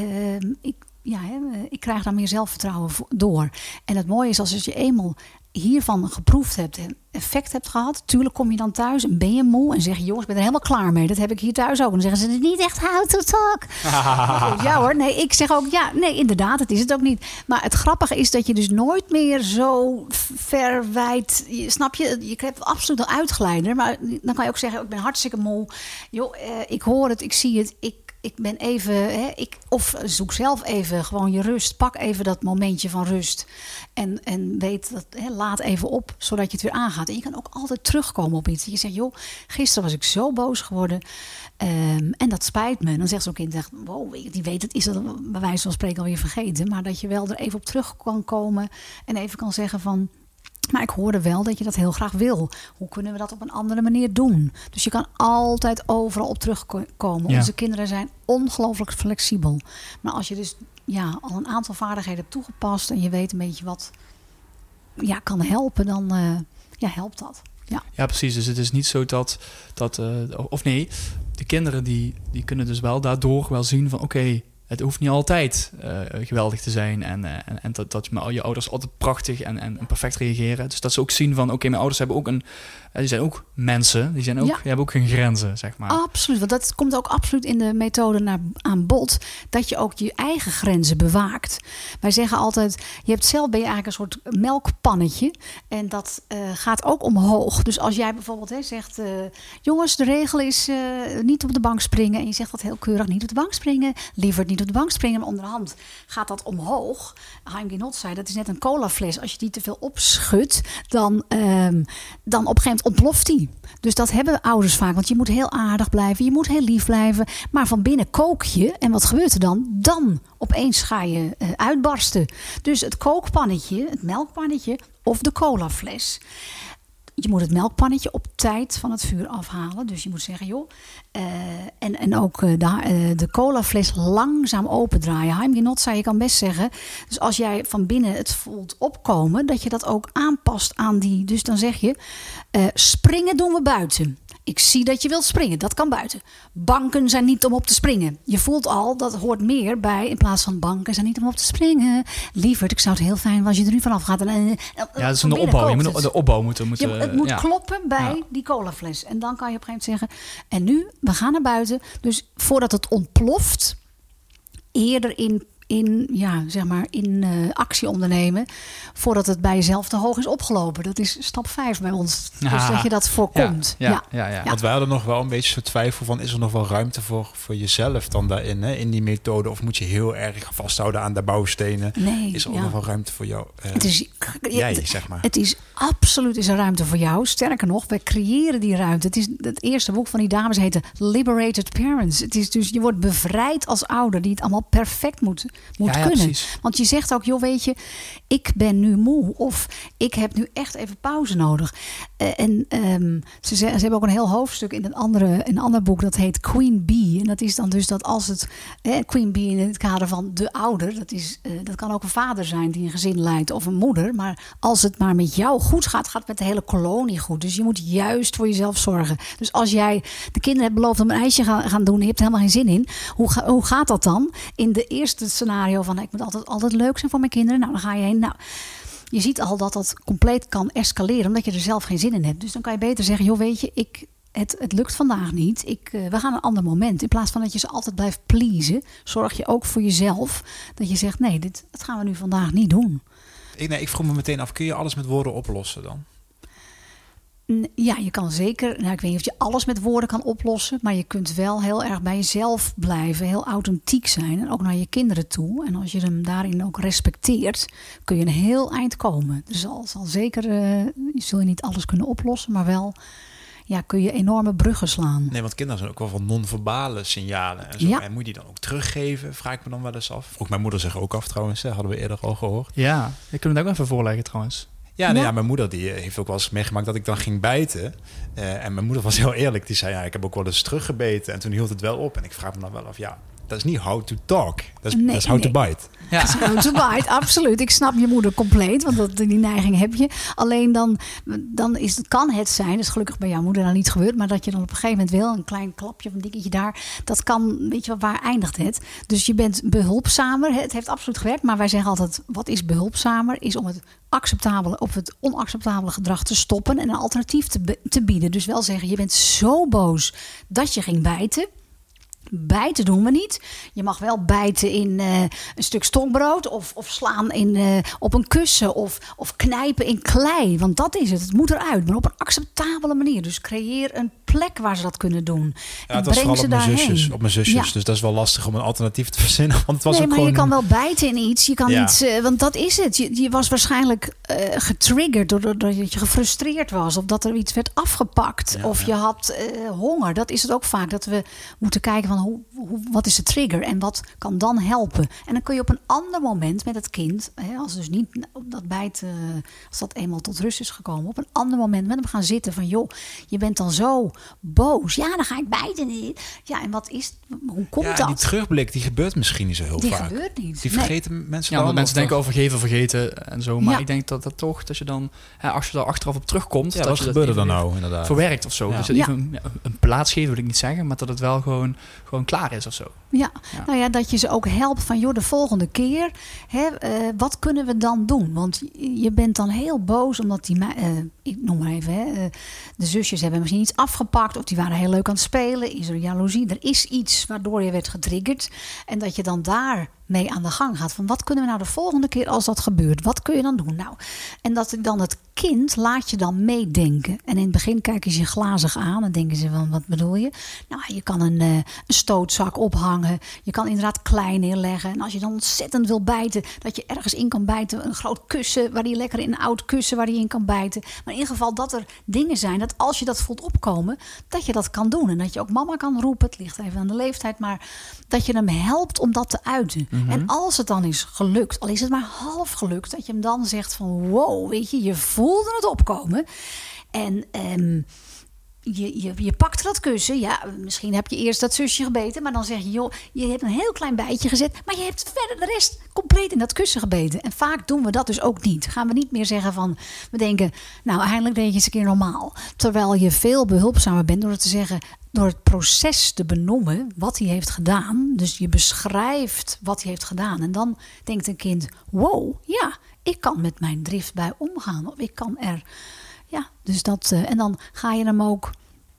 ik krijg daar meer zelfvertrouwen door. En het mooie is als je eenmaal hiervan geproefd hebt en effect hebt gehad. Tuurlijk kom je dan thuis en ben je moe en zeg je... jongens, ik ben er helemaal klaar mee. Dat heb ik hier thuis ook. En dan zeggen ze, het is niet echt how to talk. Ja hoor, nee, ik zeg ook nee, inderdaad, het is het ook niet. Maar het grappige is dat je dus nooit meer zo verwijt... Snap je? Je krijgt absoluut een uitgeleider. Maar dan kan je ook zeggen, ik ben hartstikke moe. Joh, ik hoor het, ik zie het, ik ben even... of zoek zelf even gewoon je rust. Pak even dat momentje van rust. En weet dat, laat even op, zodat je het weer aangaat. En je kan ook altijd terugkomen op iets. Je zegt, joh, gisteren was ik zo boos geworden. En dat spijt me. En dan zegt zo'n kind, wow, die weet het, is dat bij wijze van spreken alweer vergeten. Maar dat je wel er even op terug kan komen. En even kan zeggen van... maar ik hoorde wel dat je dat heel graag wil. Hoe kunnen we dat op een andere manier doen? Dus je kan altijd overal op terugkomen. Ja. Onze kinderen zijn ongelooflijk flexibel. Maar als je dus al een aantal vaardigheden hebt toegepast... en je weet een beetje wat kan helpen, dan helpt dat. Ja, precies. Dus het is niet zo dat de kinderen die kunnen dus wel daardoor wel zien van... oké, het hoeft niet altijd geweldig te zijn. En dat je ouders altijd prachtig en perfect reageren. Dus dat ze ook zien van... oké, mijn ouders hebben ook die zijn ook mensen. Die hebben ook hun grenzen, zeg maar. Absoluut. Want dat komt ook absoluut in de methode aan bod. Dat je ook je eigen grenzen bewaakt. Wij zeggen altijd... ben je eigenlijk een soort melkpannetje. En dat gaat ook omhoog. Dus als jij bijvoorbeeld zegt... jongens, de regel is niet op de bank springen. En je zegt dat heel keurig. Niet op de bank springen. Liever niet op de bank springen. Maar onderhand gaat dat omhoog. Haim Ginotto zei, dat is net een colafles. Als je die te veel opschudt... dan op een gegeven moment ontploft die. Dus dat hebben ouders vaak. Want je moet heel aardig blijven. Je moet heel lief blijven. Maar van binnen kook je. En wat gebeurt er dan? Dan opeens ga je uitbarsten. Dus het kookpannetje, het melkpannetje of de colafles. Je moet het melkpannetje op tijd van het vuur afhalen. Dus je moet zeggen, joh... en ook de colafles langzaam opendraaien. Haim Ginotto zei, je kan best zeggen... dus als jij van binnen het voelt opkomen... dat je dat ook aanpast aan die... dus dan zeg je... springen doen we buiten. Ik zie dat je wilt springen, dat kan buiten. Banken zijn niet om op te springen. Je voelt al, dat hoort meer bij... in plaats van banken zijn niet om op te springen. Lieverd, ik zou het heel fijn vinden als je er nu vanaf gaat. Dat is een opbouw. Je moet de opbouw moeten... het moet kloppen bij die colafles. En dan kan je op een gegeven moment zeggen... en nu, we gaan naar buiten. Dus voordat het ontploft... eerder in actie ondernemen voordat het bij jezelf te hoog is opgelopen. Dat is stap 5 bij ons. Dus dat je dat voorkomt. Ja. Want wij hadden nog wel een beetje zo'n twijfel van, is er nog wel ruimte voor jezelf dan daarin, hè? In die methode? Of moet je heel erg vasthouden aan de bouwstenen? Nee, is er ook nog wel ruimte voor jou? Zeg maar. Het is absoluut is er ruimte voor jou. Sterker nog, wij creëren die ruimte. Het eerste boek van die dames heette Liberated Parents. Het is dus, je wordt bevrijd als ouder die het allemaal perfect moet kunnen. Precies. Want je zegt ook, joh, weet je, ik ben nu moe. Of ik heb nu echt even pauze nodig. Ze hebben ook een heel hoofdstuk in een ander boek. Dat heet Queen Bee. En dat is dan dus dat als het... Queen Bee in het kader van de ouder. Dat kan ook een vader zijn die een gezin leidt. Of een moeder. Maar als het maar met jou goed gaat, gaat het met de hele kolonie goed. Dus je moet juist voor jezelf zorgen. Dus als jij de kinderen hebt beloofd om een ijsje gaan doen. En je hebt er helemaal geen zin in. Hoe gaat dat dan? In de eerste scenario van ik moet altijd leuk zijn voor mijn kinderen. Nou, dan ga je heen. Nou, je ziet al dat compleet kan escaleren. Omdat je er zelf geen zin in hebt. Dus dan kan je beter zeggen, joh, weet je, het lukt vandaag niet. We gaan een ander moment. In plaats van dat je ze altijd blijft pleasen, zorg je ook voor jezelf dat je zegt, nee, dat gaan we nu vandaag niet doen. Ik vroeg me meteen af, kun je alles met woorden oplossen dan? Ja, je kan zeker, ik weet niet of je alles met woorden kan oplossen, maar je kunt wel heel erg bij jezelf blijven, heel authentiek zijn en ook naar je kinderen toe. En als je hem daarin ook respecteert, kun je een heel eind komen. Dus zal zeker, zul je niet alles kunnen oplossen, maar wel kun je enorme bruggen slaan. Nee, want kinderen zijn ook wel van non-verbale signalen en zo. Ja. En moet je die dan ook teruggeven? Vraag ik me dan wel eens af. Vroeg mijn moeder zich ook af trouwens, hadden we eerder al gehoord. Ja, ik kan het ook even voorleggen trouwens. Ja, mijn moeder die heeft ook wel eens meegemaakt dat ik dan ging bijten. En mijn moeder was heel eerlijk. Die zei, ik heb ook wel eens teruggebeten. En toen hield het wel op. En ik vraag me dan wel af, dat is niet how to talk. Dat is how to bite. Ja. Dat is how to bite, absoluut. Ik snap je moeder compleet, want die neiging heb je. Alleen dan kan het zijn, dat is gelukkig bij jouw moeder dan niet gebeurd, maar dat je dan op een gegeven moment wil, een klein klapje of een dingetje daar, dat kan, weet je wel, waar eindigt het? Dus je bent behulpzamer. Het heeft absoluut gewerkt, maar wij zeggen altijd, wat is behulpzamer? Is om het acceptabele of het onacceptabele gedrag te stoppen en een alternatief te bieden. Dus wel zeggen, je bent zo boos dat je ging bijten. Bijten doen we niet. Je mag wel bijten in een stuk stokbrood of slaan op een kussen of knijpen in klei. Want dat is het. Het moet eruit, maar op een acceptabele manier. Dus creëer een plek waar ze dat kunnen doen. Ja, het was vooral op mijn zusjes. Ja. Dus dat is wel lastig om een alternatief te verzinnen. Want het was ook maar je kan wel bijten in iets. Je kan niet, want dat is het. Je was waarschijnlijk getriggerd doordat je gefrustreerd was. Of dat er iets werd afgepakt. Ja, of je had honger. Dat is het ook vaak. Dat we moeten kijken van wat is de trigger en wat kan dan helpen. En dan kun je op een ander moment met het kind, als dus niet dat bijten, als dat eenmaal tot rust is gekomen, op een ander moment met hem gaan zitten van, joh, je bent dan zo boos. Ja, dan ga ik bijten. Ja, en hoe komt dat? Die terugblik, die gebeurt misschien niet zo heel vaak. Die gebeurt niet. Die vergeten mensen dan. Ja, mensen denken over vergeten en zo. Maar ik denk dat toch, dat je dan, als je er achteraf op terugkomt, dat wat je gebeurde dan nou inderdaad verwerkt of zo. Ja. Dus dat even een plaats geven wil ik niet zeggen, maar dat het wel gewoon klaar is of zo. Ja, nou ja, dat je ze ook helpt van, joh, de volgende keer, wat kunnen we dan doen? Want je bent dan heel boos omdat ik noem maar even, de zusjes hebben misschien iets afgepakt of die waren heel leuk aan het spelen. Is er jaloezie? Er is iets waardoor je werd getriggerd en dat je dan daar mee aan de gang gaat. Van wat kunnen we nou de volgende keer als dat gebeurt? Wat kun je dan doen? Nou, en dat dan het kind laat je dan meedenken. En in het begin kijken ze je glazig aan en denken ze van, wat bedoel je? Nou, je kan een stootzak ophangen. Je kan inderdaad klei neerleggen. En als je dan ontzettend wil bijten, dat je ergens in kan bijten. Een groot kussen, waar je lekker in een oud kussen waar je in kan bijten. Maar in ieder geval dat er dingen zijn, dat als je dat voelt opkomen, dat je dat kan doen. En dat je ook mama kan roepen. Het ligt even aan de leeftijd, maar dat je hem helpt om dat te uiten. Mm-hmm. En als het dan is gelukt, al is het maar half gelukt, dat je hem dan zegt van, wow, weet je voelde het opkomen. En je pakt dat kussen. Ja, misschien heb je eerst dat zusje gebeten, maar dan zeg je, joh, je hebt een heel klein bijtje gezet, maar je hebt verder de rest compleet in dat kussen gebeten. En vaak doen we dat dus ook niet. Gaan we niet meer zeggen van, we denken, nou, eindelijk deed je eens een keer normaal. Terwijl je veel behulpzamer bent door het te zeggen, door het proces te benoemen wat hij heeft gedaan. Dus je beschrijft wat hij heeft gedaan. En dan denkt een kind, wow, ja, ik kan met mijn drift bij omgaan. Of ik kan er, ja, dus dat. En dan ga je hem ook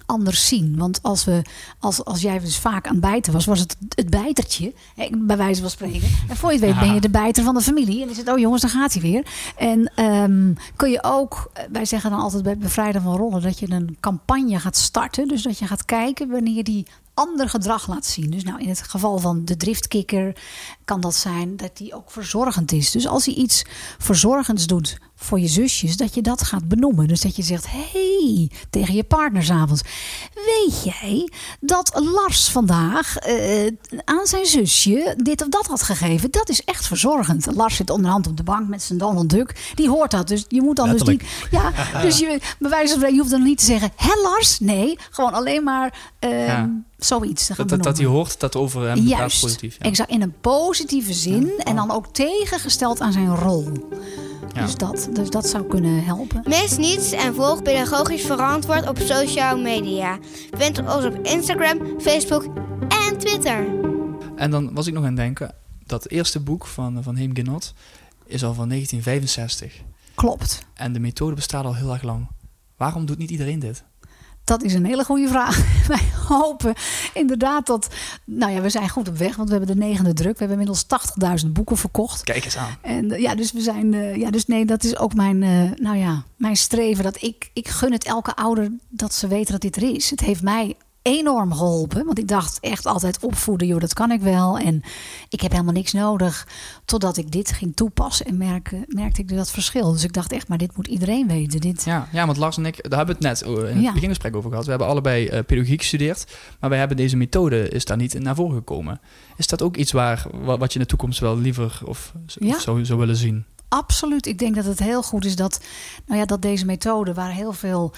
anders zien. Want als jij dus vaak aan het bijten was het bijtertje, bij wijze van spreken. En voor je het weet ben je de bijter van de familie. En dan is het, oh jongens, dan gaat hij weer. En kun je ook, wij zeggen dan altijd bij bevrijden van rollen, dat je een campagne gaat starten. Dus dat je gaat kijken wanneer die ander gedrag laat zien. Dus nou, in het geval van de driftkikker kan dat zijn dat die ook verzorgend is. Dus als hij iets verzorgends doet voor je zusjes, dat je dat gaat benoemen. Dus dat je zegt, hey, tegen je partner 's avonds. Weet jij dat Lars vandaag aan zijn zusje dit of dat had gegeven? Dat is echt verzorgend. Lars zit onderhand op de bank met zijn Donald Duck. Die hoort dat. Dus je moet dan letterlijk. Dus niet. Ja, dus bij wijze van spreken, je hoeft dan niet te zeggen, hé Lars? Nee, gewoon alleen maar zoiets te gaan benoemen. Dat hij hoort dat over hem praat positief. Ja. Exact, in een positieve zin. En dan ook tegengesteld aan zijn rol. Ja. Dus dat zou kunnen helpen. Mis niets en volg Pedagogisch Verantwoord op social media. Vind ons op Instagram, Facebook en Twitter. En dan was ik nog aan het denken, dat eerste boek van Heem Genot is al van 1965. Klopt. En de methode bestaat al heel erg lang. Waarom doet niet iedereen dit? Dat is een hele goede vraag. Wij hopen inderdaad dat... Nou ja, we zijn goed op weg, want we hebben de 9e druk. We hebben inmiddels 80.000 boeken verkocht. Kijk eens aan. En dus we zijn... dus nee, dat is ook mijn streven. Dat ik gun het elke ouder dat ze weten dat dit er is. Het heeft mij enorm geholpen. Want ik dacht echt altijd opvoeden, joh, dat kan ik wel. En ik heb helemaal niks nodig. Totdat ik dit ging toepassen en merkte ik dat verschil. Dus ik dacht echt, maar dit moet iedereen weten. Ja, want Lars en ik, daar hebben we het net in het begingesprek over gehad. We hebben allebei pedagogiek gestudeerd. Maar wij hebben deze methode, is daar niet naar voren gekomen. Is dat ook iets wat je in de toekomst wel liever of zou willen zien? Absoluut. Ik denk dat het heel goed is dat deze methode, waar heel veel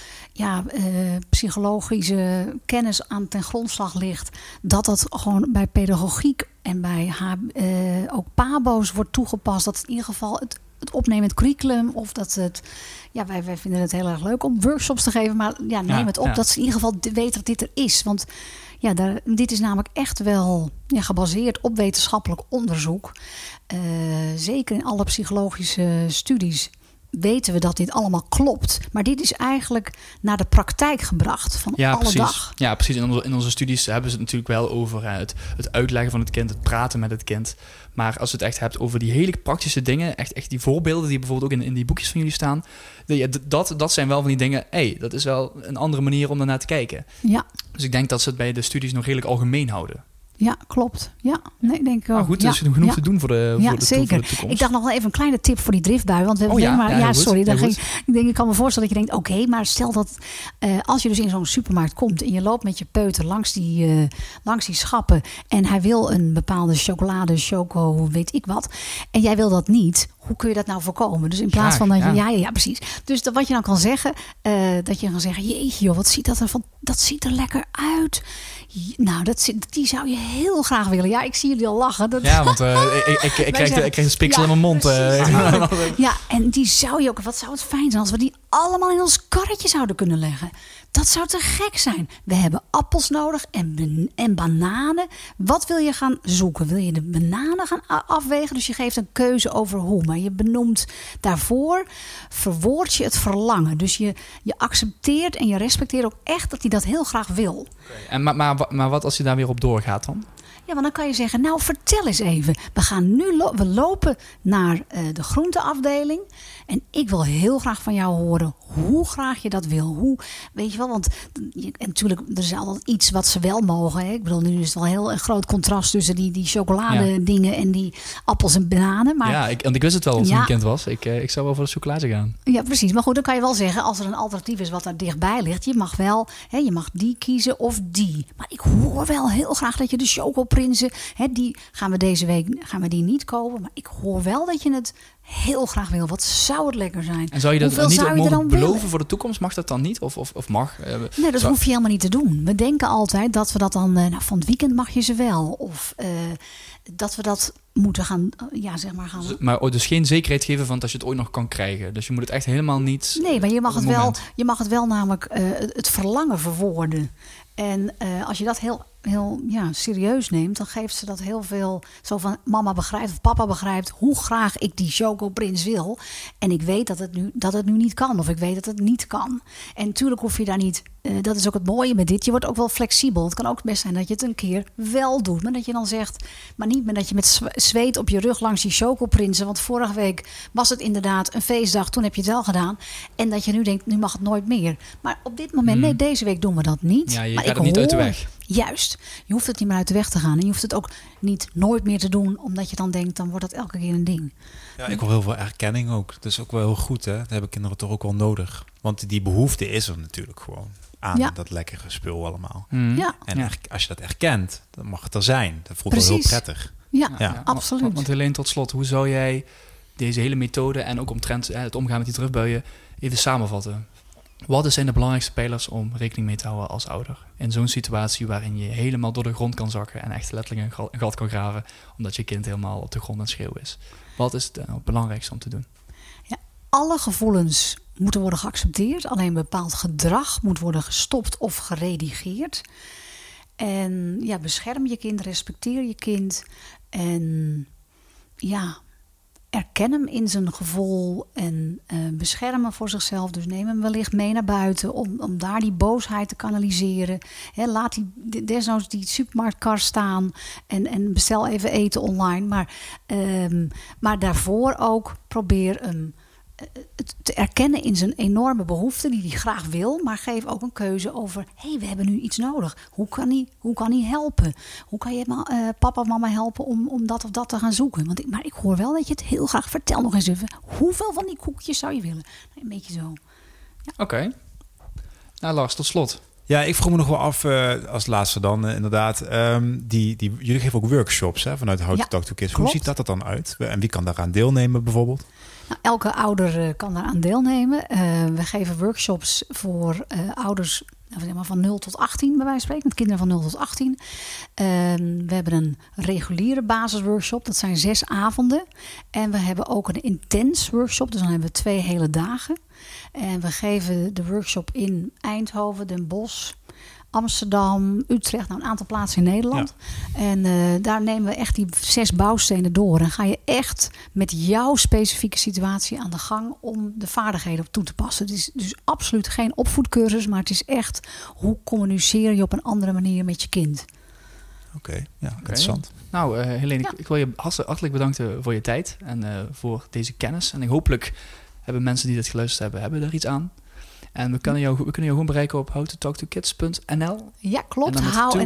psychologische kennis aan ten grondslag ligt, dat gewoon bij pedagogiek en bij ook PABO's wordt toegepast. Dat in ieder geval het opnemen in het curriculum, of dat het... Ja, wij vinden het heel erg leuk om workshops te geven, maar neem het op dat ze in ieder geval weten dat dit er is. Want dit is namelijk echt wel gebaseerd op wetenschappelijk onderzoek. Zeker in alle psychologische studies weten we dat dit allemaal klopt. Maar dit is eigenlijk naar de praktijk gebracht van alle dag. Ja, precies. In onze studies hebben ze het natuurlijk wel over het uitleggen van het kind, het praten met het kind. Maar als je het echt hebt over die hele praktische dingen, echt die voorbeelden die bijvoorbeeld ook in die boekjes van jullie staan, dat zijn wel van die dingen, dat is wel een andere manier om daarnaar te kijken. Ja. Dus ik denk dat ze het bij de studies nog redelijk algemeen houden. Ja, klopt. Ja, nee, denk ik ook. Maar goed, dus genoeg te doen voor de toekomst. Ik dacht nog wel even een kleine tip voor die driftbui. Want we hebben ik kan me voorstellen dat je denkt, oké, maar stel dat als je dus in zo'n supermarkt komt en je loopt met je peuter langs die schappen en hij wil een bepaalde chocolade, choco, weet ik wat, en jij wil dat niet, hoe kun je dat nou voorkomen? Dus in plaats van dat je... Ja, precies. Dus wat je dan kan zeggen, dat je kan zeggen, jeetje joh, wat ziet dat er van... Dat ziet er lekker uit. Nou, die zou je heel graag willen. Ja, ik zie jullie al lachen. Want ik krijg een spiksel in mijn mond. Ja, en die zou je ook... Wat zou het fijn zijn als we die allemaal in ons karretje zouden kunnen leggen. Dat zou te gek zijn. We hebben appels nodig en bananen. Wat wil je gaan zoeken? Wil je de bananen gaan afwegen? Dus je geeft een keuze over hoe. Maar je benoemt daarvoor, verwoord je het verlangen. Dus je accepteert en je respecteert ook echt dat hij dat heel graag wil. En maar wat als je daar weer op doorgaat dan? Ja, want dan kan je zeggen, nou vertel eens even. We lopen naar de groenteafdeling. En ik wil heel graag van jou horen hoe graag je dat wil. Weet je wel, want natuurlijk, er is altijd iets wat ze wel mogen. Hè? Ik bedoel, nu is het wel heel een groot contrast tussen die chocolade dingen en die appels en bananen. Maar, want ik wist het wel als ik een kind was. Ik zou wel voor de chocolade gaan. Ja, precies. Maar goed, dan kan je wel zeggen, als er een alternatief is wat daar dichtbij ligt. Je mag wel, je mag die kiezen of die. Maar ik hoor wel heel graag dat je de chocoprinsen, die gaan we deze week die niet kopen. Maar ik hoor wel dat je het heel graag wil. Wat zou het lekker zijn? En zou je dat niet ook mogen beloven voor de toekomst? Mag dat dan niet? Of mag? Nee, dat hoef je helemaal niet te doen. We denken altijd dat we dat dan... van het weekend mag je ze wel. Of dat we dat moeten gaan... Maar dus geen zekerheid geven van dat je het ooit nog kan krijgen. Dus je moet het echt helemaal niet... Nee, maar je mag het wel namelijk het verlangen verwoorden. En als je dat heel serieus neemt, dan geeft ze dat heel veel zo van mama begrijpt of papa begrijpt hoe graag ik die chocoprins wil. En ik weet dat het nu niet kan of ik weet dat het niet kan. En natuurlijk hoef je daar niet, dat is ook het mooie met dit, je wordt ook wel flexibel. Het kan ook best zijn dat je het een keer wel doet. Maar dat je dan zegt, maar niet meer dat je met zweet op je rug langs die chocoprinsen. Want vorige week was het inderdaad een feestdag, toen heb je het wel gedaan. En dat je nu denkt, nu mag het nooit meer. Maar op dit moment, nee, deze week doen we dat niet. Ja, je maar gaat het niet uit de weg. Juist. Je hoeft het niet meer uit de weg te gaan. En je hoeft het ook niet nooit meer te doen. Omdat je dan denkt, dan wordt dat elke keer een ding. Ja, ik hoor heel veel erkenning ook. Dat is ook wel heel goed, hè. Dat hebben kinderen toch ook wel nodig. Want die behoefte is er natuurlijk gewoon. Aan dat lekkere spul allemaal. Ja. En als je dat erkent, dan mag het er zijn. Dat voelt wel heel prettig. Ja, absoluut. Want Helene, tot slot, hoe zou jij deze hele methode en ook omtrent het omgaan met die terugbuien even samenvatten? Wat zijn de belangrijkste pijlers om rekening mee te houden als ouder? In zo'n situatie waarin je helemaal door de grond kan zakken en echt letterlijk een gat kan graven, omdat je kind helemaal op de grond aan het schreeuwen is. Wat is het belangrijkste om te doen? Ja, alle gevoelens moeten worden geaccepteerd. Alleen bepaald gedrag moet worden gestopt of geredigeerd. En ja, bescherm je kind, respecteer je kind. En ja, erken hem in zijn gevoel en bescherm hem voor zichzelf. Dus neem hem wellicht mee naar buiten om daar die boosheid te kanaliseren. Laat die desnoods die supermarktkar staan en bestel even eten online. Maar daarvoor ook probeer hem te erkennen in zijn enorme behoeften die hij graag wil, maar geef ook een keuze over, we hebben nu iets nodig. Hoe kan hij helpen? Hoe kan je papa of mama helpen om dat of dat te gaan zoeken? Maar ik hoor wel dat je het heel graag vertel nog eens even. Hoeveel van die koekjes zou je willen? Een beetje zo. Ja. Oké. Nou Lars, tot slot. Ja, ik vroeg me nog wel af, als laatste dan inderdaad. Jullie geven ook workshops vanuit How to Talk to Kids. Hoe ziet dat er dan uit? En wie kan daaraan deelnemen bijvoorbeeld? Nou, elke ouder kan daaraan deelnemen. We geven workshops voor ouders van 0 tot 18 bij wijze van spreken. Met kinderen van 0 tot 18. We hebben een reguliere basisworkshop. Dat zijn 6 avonden. En we hebben ook een intens workshop. Dus dan hebben we 2 hele dagen. En we geven de workshop in Eindhoven, Den Bosch, Amsterdam, Utrecht, een aantal plaatsen in Nederland. Ja. En daar nemen we echt die 6 bouwstenen door. En ga je echt met jouw specifieke situatie aan de gang om de vaardigheden op toe te passen. Het is dus absoluut geen opvoedcursus, maar het is echt hoe communiceer je op een andere manier met je kind. Oké, interessant. Nou, Helene, ik wil je hartelijk bedanken voor je tijd en voor deze kennis. En hopelijk hebben mensen die dit geluisterd hebben er iets aan. En we kunnen jou gewoon bereiken op howtotalktokids.nl. Ja, klopt.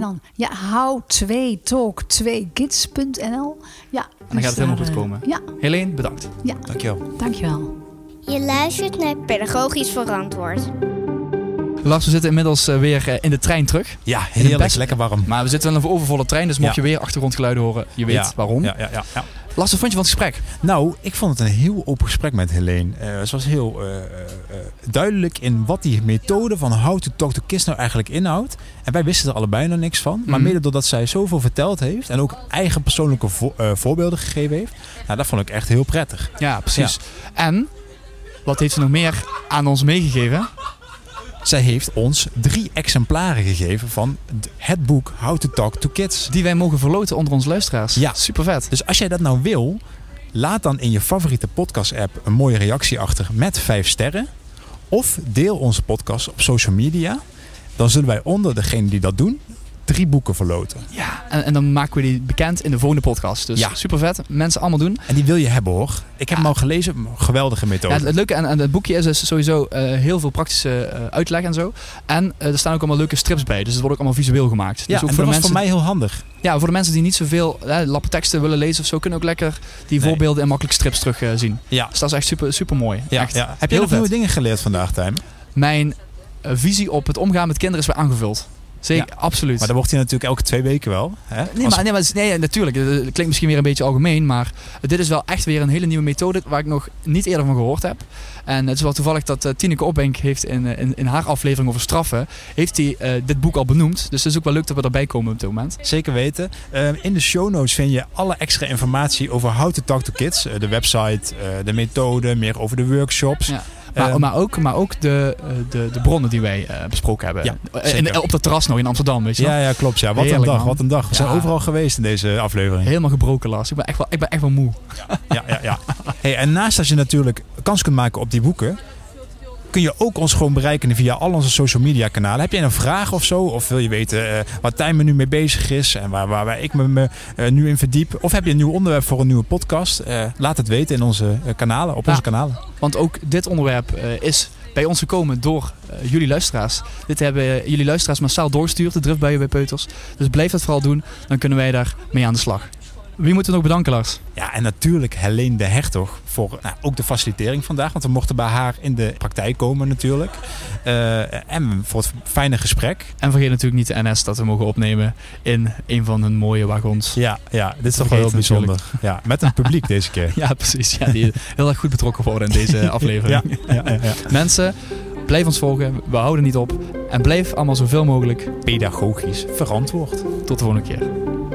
how2talk2kids.nl. Ja, en dan gaat het helemaal goed komen. Ja. Helene, bedankt. Ja. Dankjewel. Je luistert naar Pedagogisch Verantwoord. Lars, we zitten inmiddels weer in de trein terug. Ja, heerlijk, lekker warm. Maar we zitten wel een overvolle trein, dus mocht je weer achtergrondgeluiden horen, je weet waarom. Ja. Lars, wat vond je van het gesprek? Nou, ik vond het een heel open gesprek met Helene. Ze was heel duidelijk in wat die methode van How to Talk to Kids nou eigenlijk inhoudt. En wij wisten er allebei nog niks van. Maar mede doordat zij zoveel verteld heeft en ook eigen persoonlijke voorbeelden gegeven heeft. Nou, dat vond ik echt heel prettig. Ja, precies. Ja. En, wat heeft ze nog meer aan ons meegegeven? Zij heeft ons 3 exemplaren gegeven van het boek How to Talk to Kids. Die wij mogen verloten onder onze luisteraars. Ja. Super vet. Dus als jij dat nou wil, laat dan in je favoriete podcast app een mooie reactie achter met 5 sterren. Of deel onze podcast op social media. Dan zullen wij onder degenen die dat doen 3 boeken verloten. Ja, en dan maken we die bekend in de volgende podcast. Dus super vet. Mensen allemaal doen. En die wil je hebben hoor. Ik heb hem al gelezen. Geweldige methode. Ja, het leuke aan het boekje is dus sowieso heel veel praktische uitleg en zo. En er staan ook allemaal leuke strips bij. Dus het wordt ook allemaal visueel gemaakt. Ja, dus ook en voor dat de was mensen, voor mij heel handig. Ja, voor de mensen die niet zoveel lappenteksten willen lezen of zo, kunnen ook lekker die voorbeelden en makkelijk strips terugzien. Ja. Dus dat is echt super, super mooi. Ja, echt. Ja. Heb je nog nieuwe dingen geleerd vandaag, Tijm? Mijn visie op het omgaan met kinderen is weer aangevuld. Zeker, absoluut. Maar dan wordt hij natuurlijk elke 2 weken wel. Hè? Nee, natuurlijk. Het klinkt misschien weer een beetje algemeen. Maar dit is wel echt weer een hele nieuwe methode waar ik nog niet eerder van gehoord heb. En het is wel toevallig dat Tineke Opbenk heeft in haar aflevering over straffen, heeft hij dit boek al benoemd. Dus het is ook wel leuk dat we erbij komen op dit moment. Zeker weten. In de show notes vind je alle extra informatie over How to Talk to Kids. De website, de methode, meer over de workshops. Ja. Maar ook de bronnen die wij besproken hebben. Ja, op dat terras nog in Amsterdam, weet je wel? Ja, klopt. Ja. Wat een dag. We zijn overal geweest in deze aflevering. Helemaal gebroken, Lars. Ik ben echt wel moe. Ja. Hey, en naast dat je natuurlijk kans kunt maken op die boeken, kun je ook ons gewoon bereiken via al onze social media kanalen. Heb jij een vraag of zo? Of wil je weten waar Tijn me nu mee bezig is en waar ik me nu in verdiep? Of heb je een nieuw onderwerp voor een nieuwe podcast? Laat het weten in onze kanalen, op onze kanalen. Want ook dit onderwerp is bij ons gekomen door jullie luisteraars. Dit hebben jullie luisteraars massaal doorgestuurd, de driftbuien bij Peuters. Dus blijf dat vooral doen, dan kunnen wij daar mee aan de slag. Wie moeten we nog bedanken, Lars? Ja, en natuurlijk Helene de Hertog voor ook de facilitering vandaag. Want we mochten bij haar in de praktijk komen natuurlijk. En voor het fijne gesprek. En vergeet natuurlijk niet de NS dat we mogen opnemen in een van hun mooie wagons. Ja, dit is toch wel heel bijzonder. Ja, met een publiek deze keer. Ja, precies. Ja, die heel erg goed betrokken worden in deze aflevering. Ja. Mensen, blijf ons volgen. We houden niet op. En blijf allemaal zoveel mogelijk pedagogisch verantwoord. Tot de volgende keer.